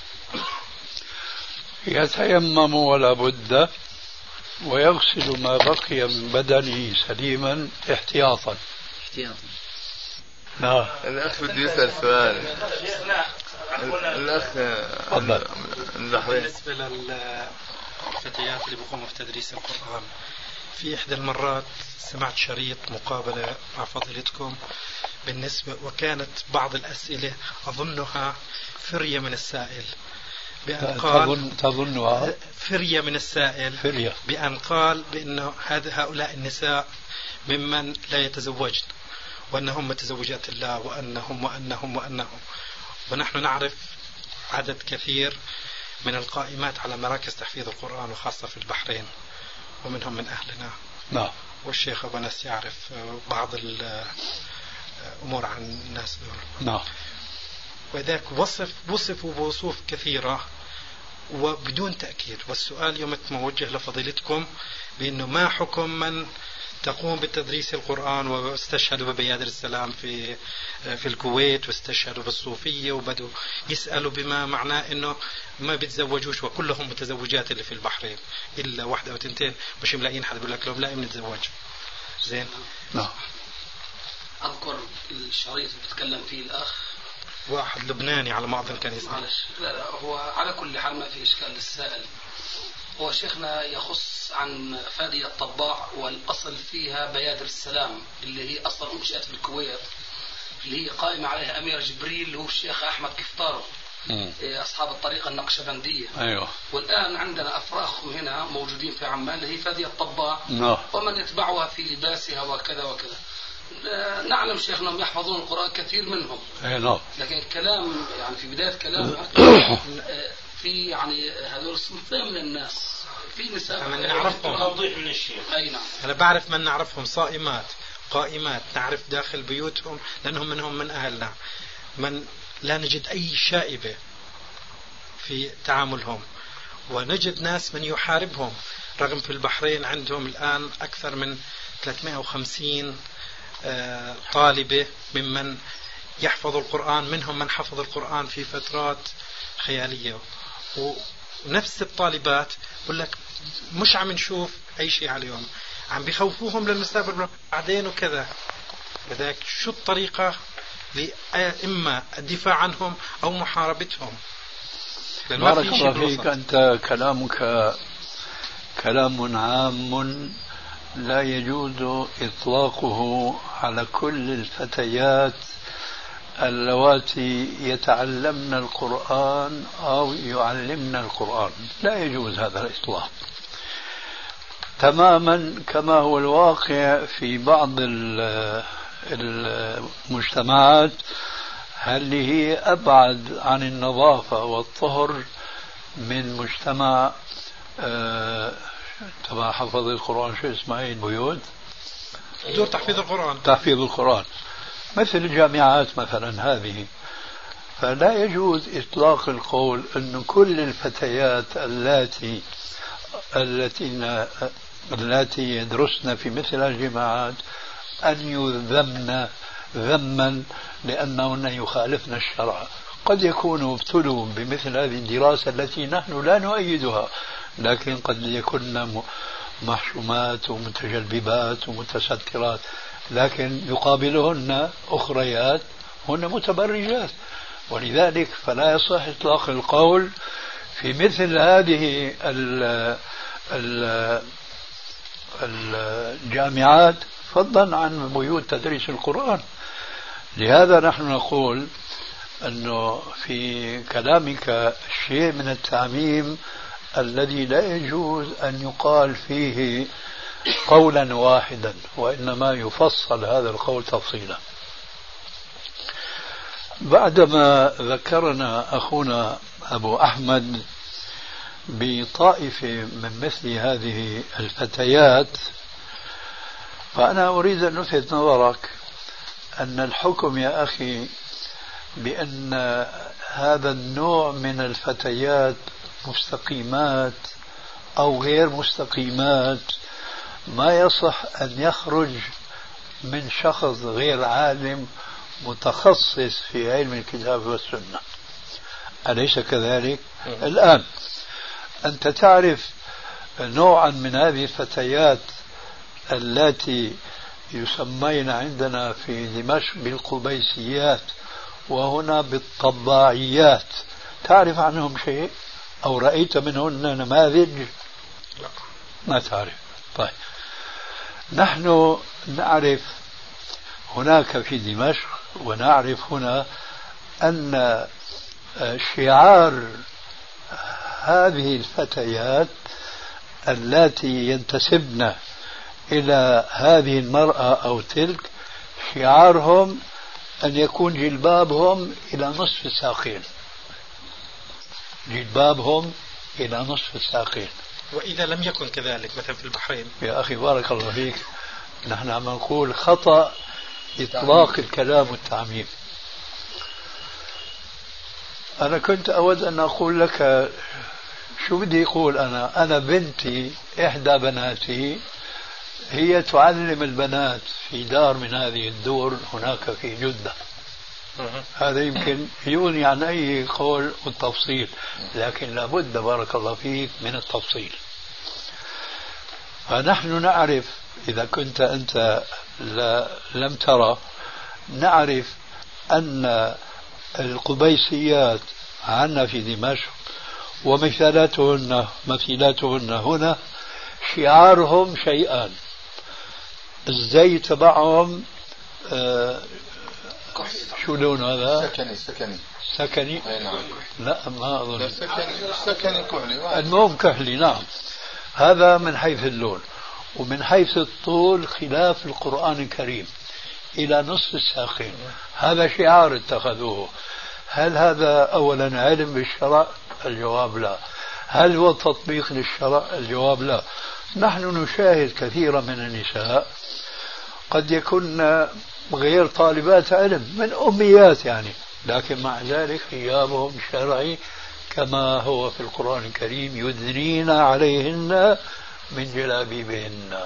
يتيمم ولا بد، ويغسل ما بقي من بدنه سليما احتياطا. احتياطا. نعم. الأخ بدي يسأل سؤال. الأخ بالنسبة للفتيات اللي بيقوموا بتدريس القرآن، في إحدى المرات سمعت شريط مقابلة مع فضيلتكم بالنسبة، وكانت بعض الأسئلة أظنها فرية من السائل بأن قال تظنها فرية من السائل فرية بأن قال بأنه هؤلاء النساء ممن لا يتزوجن، وأنهم متزوجات الله، وأنهم وأنهم وأنهم ونحن نعرف عدد كثير من القائمات على مراكز تحفيظ القرآن وخاصة في البحرين، ومنهم من أهلنا. نعم. والشيخ أبو ناس يعرف بعض الأمور عن الناس دول. نعم. وذاك وصف وصفوا بوصوف كثيرة وبدون تأكيد. والسؤال يوم موجه لفضيلتكم بأنه ما حكم من تقوم بتدريس القرآن واستشهدوا ببيادر السلام في في الكويت، واستشهدوا بالصوفية، وبدوا يسألوا بما معناه انه ما بيتزوجوش وكلهم متزوجات اللي في البحرين الا واحدة او تنتين، مش ملاقيين حد بيقول لك لهم لا بنتزوج. زين. نعم. اذكر الشريط اللي بتكلم فيه الاخ واحد لبناني على ما اظن كان يسمع. لا لا هو على كل حال ما في اشكال للسائل. هو شيخنا يخص عن فادية الطباع، والأصل فيها بيادر السلام اللي هي أصلا أنشأت في الكويت، اللي هي قائمة عليها أمير جبريل اللي هو الشيخ أحمد كفتارو، أصحاب الطريقة النقشبندية. أيوة. والآن عندنا أفراخ هنا موجودين في عمان اللي هي فادية الطباع، ومن يتبعها في لباسها وكذا وكذا. نعلم شيخنا هم يحفظون القرآن كثير منهم، أيوة. لكن الكلام يعني في بداية كلام في يعني هذول صنفين من الناس، في نساء من نعرفهم توضيح من الشيخ. أي نعم. أنا بعرف من نعرفهم صائمات قائمات، نعرف داخل بيوتهم لأنهم منهم من أهلنا، من لا نجد أي شائبة في تعاملهم، ونجد ناس من يحاربهم، رغم في البحرين عندهم الآن أكثر من ثلاثمائة وخمسين طالبة ممن يحفظ القرآن، منهم من حفظ القرآن في فترات خيالية، ونفس الطالبات يقول لك مش عم نشوف أي شيء عليهم، عم بيخوفوهم للمستقبل بعدين وكذا. لذلك شو الطريقة إما الدفاع عنهم أو محاربتهم؟ بارك الله فيك. أنت كلامك كلام عام لا يجوز إطلاقه على كل الفتيات اللواتي يتعلمن القرآن أو يعلمن القرآن، لا يجوز هذا الإطلاق. تماما كما هو الواقع في بعض المجتمعات اللي هي أبعد عن النظافة والطهر من مجتمع آه تبع حفظ القرآن، شو اسمها هي البيوت؟ دور تحفيظ القرآن تحفيظ القرآن مثل الجامعات مثلا هذه. فلا يجوز إطلاق القول أن كل الفتيات اللاتي التي التي يدرسن في مثل الجامعات أن يذمن ذما لأنهن يخالفن الشرع. قد يكونوا ابتلوا بمثل هذه الدراسة التي نحن لا نؤيدها، لكن قد يكون محشومات ومتجلبات ومتسترات، لكن يقابلهن أخريات هن متبرجات. ولذلك فلا يصح إطلاق القول في مثل هذه الجامعات فضلا عن بيوت تدريس القرآن. لهذا نحن نقول أنه في كلامك شيء من التعميم الذي لا يجوز أن يقال فيه قولا واحدا، وإنما يفصل هذا القول تفصيلا. بعدما ذكرنا أخونا أبو أحمد بطائفة من مثل هذه الفتيات، فأنا أريد أن ألفت نظرك أن الحكم يا أخي بأن هذا النوع من الفتيات مستقيمات أو غير مستقيمات ما يصح أن يخرج من شخص غير عالم متخصص في علم الكتاب والسنة. أليس كذلك؟ الآن أنت تعرف نوعا من هذه الفتيات التي يسمين عندنا في دمشق بالقبيسيات وهنا بالطباعيات، تعرف عنهم شيء أو رأيت منهن نماذج؟ لا ما تعرف. طيب نحن نعرف هناك في دمشق ونعرف هنا أن شعار هذه الفتيات اللاتي ينتسبن إلى هذه المرأة أو تلك شعارهم أن يكون جلبابهم إلى نصف الساقين، جلبابهم إلى نصف الساقين. وإذا لم يكن كذلك مثلا في البحرين؟ يا أخي بارك الله فيك، نحن عم نقول خطأ إطلاق الكلام والتعميم. أنا كنت أود أن أقول لك شو بدي أقول. أنا أنا بنتي إحدى بناتي هي تعلم البنات في دار من هذه الدور هناك في جدة. هذا يمكن يغني عن أي قول والتفصيل، لكن لابد بارك الله فيك من التفصيل. فنحن نعرف، إذا كنت أنت لم ترى، نعرف أن القبيسيات عنا في دمشق ومثالاتهن مثيلاتهن هنا شعارهم شيئان. الزي تبعهم آه شو لون هذا؟ سكني سكني سكني؟ نعم. لا ما أظن سكني سكني كحلي. المهم كحلي. نعم، هذا من حيث اللون. ومن حيث الطول خلاف القرآن الكريم إلى نصف الساقين. هذا شعار اتخذوه. هل هذا أولا علم بالشرع؟ الجواب لا. هل هو تطبيق للشرع؟ الجواب لا. نحن نشاهد كثيرا من النساء قد يكون غير طالبات علم، من أميات يعني، لكن مع ذلك حجابهم شرعي كما هو في القرآن الكريم: يدنين عليهن من جلابيبهن.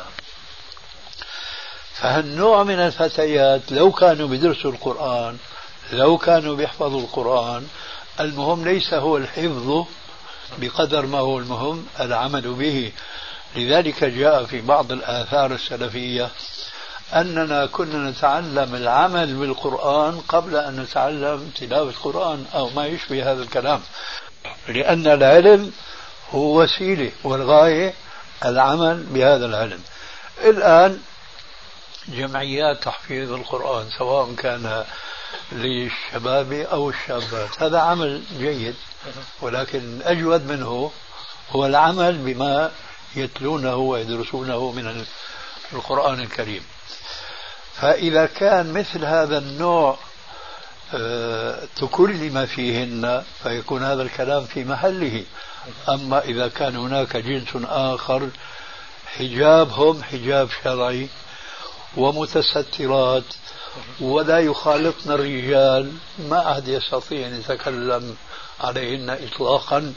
فهالنوع من الفتيات لو كانوا بيدرسوا القرآن، لو كانوا بيحفظوا القرآن، المهم ليس هو الحفظ بقدر ما هو المهم العمل به. لذلك جاء في بعض الآثار السلفية أننا كنا نتعلم العمل بالقرآن قبل أن نتعلم تلاوة القرآن أو ما يشبه هذا الكلام، لأن العلم هو وسيلة والغاية العمل بهذا العلم. الآن جمعيات تحفيظ القرآن سواء كان للشباب أو الشابات، هذا عمل جيد، ولكن أجود منه هو العمل بما يتلونه ويدرسونه من القرآن الكريم. فإذا كان مثل هذا النوع تكلم فيهن فيكون هذا الكلام في محله. أما إذا كان هناك جنس آخر حجابهم حجاب شرعي ومتسترات ولا يخالطن الرجال، ما أحد يستطيع أن يتكلم عليهن إطلاقا.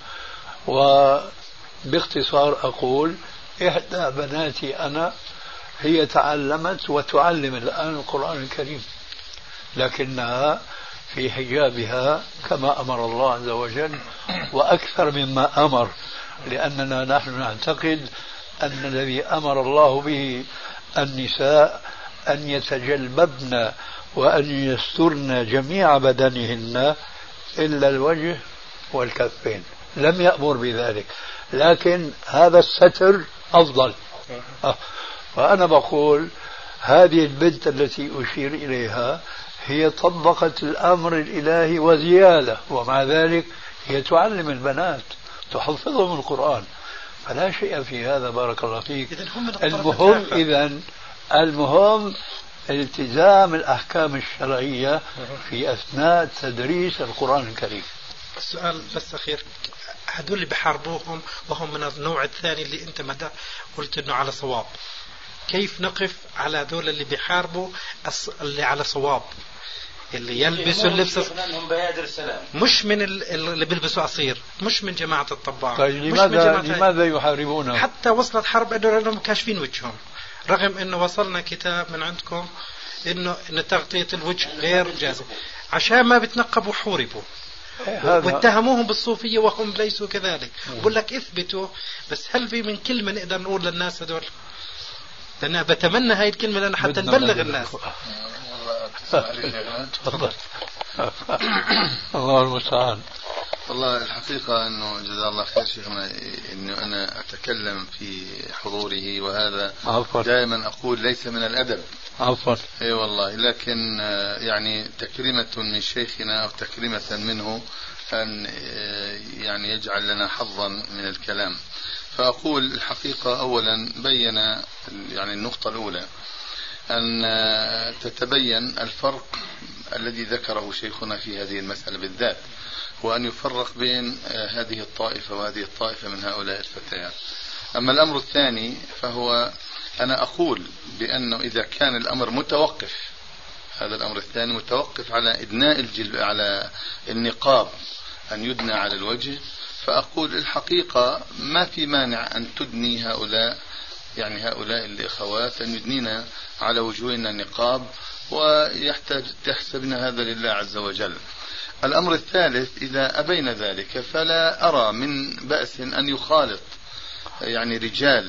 وباختصار أقول إحدى بناتي أنا هي تعلمت وتعلم الآن القرآن الكريم، لكنها في حجابها كما أمر الله عز وجل وأكثر مما أمر، لأننا نحن نعتقد أن الذي أمر الله به النساء أن يتجلببن وأن يسترن جميع بدنهن إلا الوجه والكفين، لم يأمر بذلك، لكن هذا الستر أفضل. وأنا بقول هذه البنت التي أشير إليها هي طبقت الأمر الإلهي وزيادة، ومع ذلك هي تعلم البنات تحفظهم القرآن، فلا شيء في هذا. بارك الله فيك. المهم إذن المهم التزام الأحكام الشرعية في أثناء تدريس القرآن الكريم. السؤال بس أخير، هذول اللي بحاربوهم وهم من النوع الثاني اللي أنت مدى قلت إنه على صواب، كيف نقف على هذول اللي بيحاربوا اللي على صواب، اللي يلبسوا اللبس مش من اللي بيلبسوا قصير، مش من جماعة الطباعة؟ طيب لماذا لماذا يحاربونه؟ حتى وصلت حرب انه لانهم كاشفين وجههم، رغم انه وصلنا كتاب من عندكم انه ان تغطية الوجه غير جازم، عشان ما بتنقبوا حوربوا واتهموهم بالصوفية وهم ليسوا كذلك. بقول لك اثبتوا، بس هل في من كلمة نقدر نقول للناس هذول؟ لأن بتمنى هاي الكلمة لأن حتى نبلغ الناس. تفضل. الله المستعان. والله الحقيقة أنه جزاه الله خير شيخنا أنه أنا أتكلم في حضوره، وهذا عفوا. دائما أقول ليس من الأدب. عفوا. اي والله، لكن يعني تكريمة من شيخنا أو تكريمة منه أن يعني يجعل لنا حظا من الكلام. فأقول الحقيقة أولا بين يعني النقطة الأولى أن تتبين الفرق الذي ذكره شيخنا في هذه المسألة بالذات، وأن يفرق بين هذه الطائفة وهذه الطائفة من هؤلاء الفتيات. أما الأمر الثاني فهو أنا أقول بأنه إذا كان الأمر متوقف، هذا الأمر الثاني متوقف على إدناء الجلب على النقاب أن يدنى على الوجه، فأقول الحقيقة ما في مانع أن تدني هؤلاء يعني هؤلاء الإخوات أن يدنينا على وجوهنا النقاب ويحتاج تحسبن هذا لله عز وجل. الأمر الثالث إذا أبين ذلك فلا أرى من بأس أن يخالط يعني رجال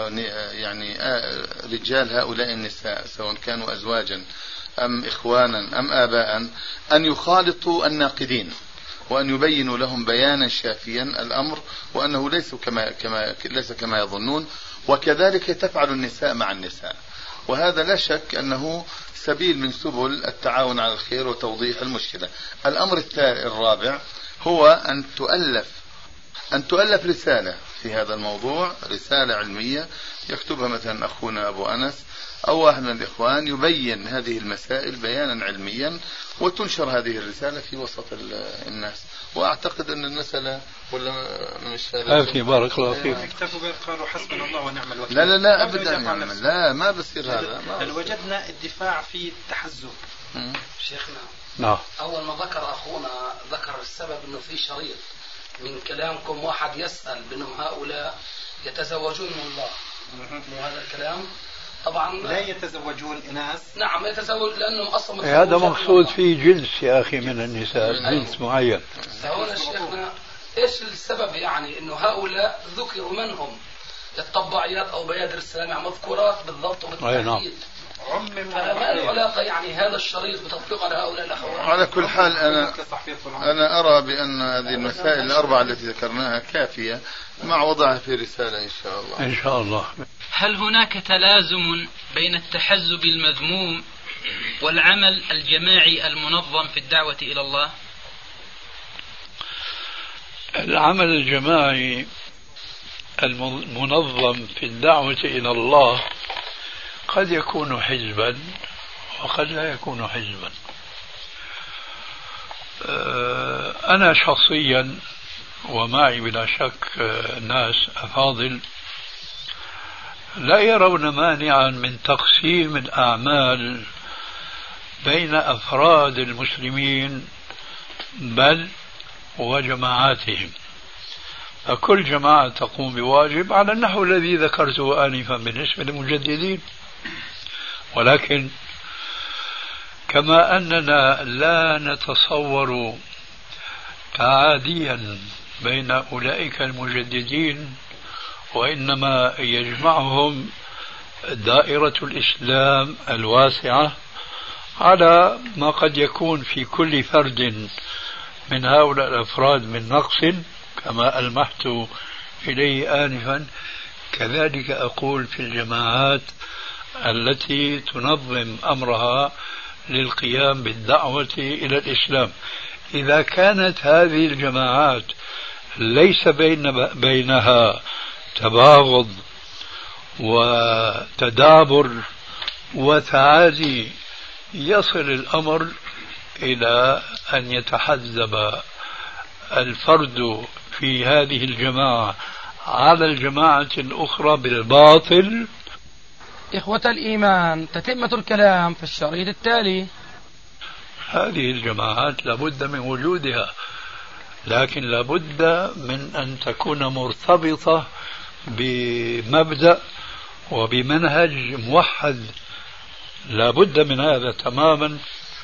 يعني رجال هؤلاء النساء سواء كانوا أزواجا أم إخوانا أم آباء أن يخالطوا الناقدين وأن يبينوا لهم بيانا شافيا الأمر، وأنه ليس كما كما ليس كما يظنون، وكذلك تفعل النساء مع النساء، وهذا لا شك أنه سبيل من سبل التعاون على الخير وتوضيح المشكلة. الأمر الرابع هو أن تؤلف أن تؤلف رسالة في هذا الموضوع، رسالة علمية يكتبها مثلا أخونا أبو أنس أو واحد من الإخوان يبين هذه المسائل بيانا علميا، وتنشر هذه الرسالة في وسط الناس. وأعتقد أن المسألة ولا مش هذا بارك الله فيك. اكتفوا قالوا حسبنا الله ونعم الوكيل. لا لا لا أبدا يعني لا ما بصير هذا. هل وجدنا الدفاع في التحزب شيخنا؟ نعم. أول ما ذكر أخونا ذكر السبب إنه في شريط من كلامكم واحد يسأل بأنهم هؤلاء يتزوجون من الله، مو هذا الكلام؟ طبعا لا يتزوجون إناث. نعم يتزوج لأنهم أصلا هذا مقصود في جنس يا أخي من النساء، جنس معين. فهنا شيخنا إيش السبب يعني إنه هؤلاء ذكروا منهم الطباعيات أو بيادر السلامة مذكورات بالضبط وبالتحديد. فما العلاقة يعني هذا الشريط بتطبيق على هؤلاء الأخوات؟ على كل حال أنا أنا أرى بأن هذه المسائل الأربعة التي ذكرناها كافية مع وضعها في رسالة إن شاء الله. إن شاء الله. هل هناك تلازم بين التحزب المذموم والعمل الجماعي المنظم في الدعوة إلى الله؟ العمل الجماعي المنظم في الدعوة إلى الله قد يكون حزبا وقد لا يكون حزبا. أنا شخصيا ومعي بلا شك ناس أفاضل لا يرون مانعا من تقسيم الأعمال بين أفراد المسلمين بل وجماعاتهم، فكل جماعة تقوم بواجب على النحو الذي ذكرته آنفا بالنسبة للمجددين. ولكن كما أننا لا نتصور تعاديا بين أولئك المجددين وإنما يجمعهم دائرة الإسلام الواسعة على ما قد يكون في كل فرد من هؤلاء الأفراد من نقص كما ألمحت إليه آنفا، كذلك أقول في الجماعات التي تنظم أمرها للقيام بالدعوة إلى الإسلام. إذا كانت هذه الجماعات ليس بين بينها تباغض وتدابر وتعادي يصل الأمر إلى أن يتحزب الفرد في هذه الجماعة على الجماعة الأخرى بالباطل. إخوة الإيمان، تتمة الكلام في الشريط التالي. هذه الجماعات لابد من وجودها، لكن لابد من أن تكون مرتبطة بمبدأ وبمنهج موحد، لابد من هذا تماما.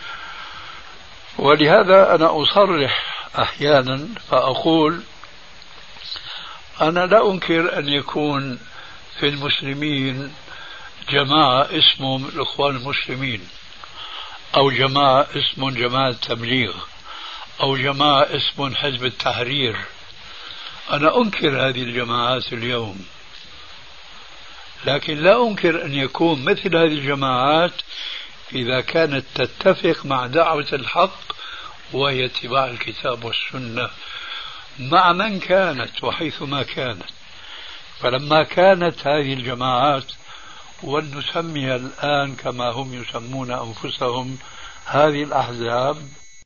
ولهذا أنا أصرح أحيانا فأقول أنا لا أنكر أن يكون في المسلمين جماعة اسمهم الإخوان المسلمين، أو جماعة اسمهم جماعة التبليغ، أو جماعة اسمهم حزب التحرير. أنا أنكر هذه الجماعات اليوم، لكن لا أنكر أن يكون مثل هذه الجماعات إذا كانت تتفق مع دعوة الحق وهي اتباع الكتاب والسنة مع من كانت وحيثما كانت. فلما كانت هذه الجماعات، ولنسميها الآن كما هم يسمون أنفسهم هذه الأحزاب،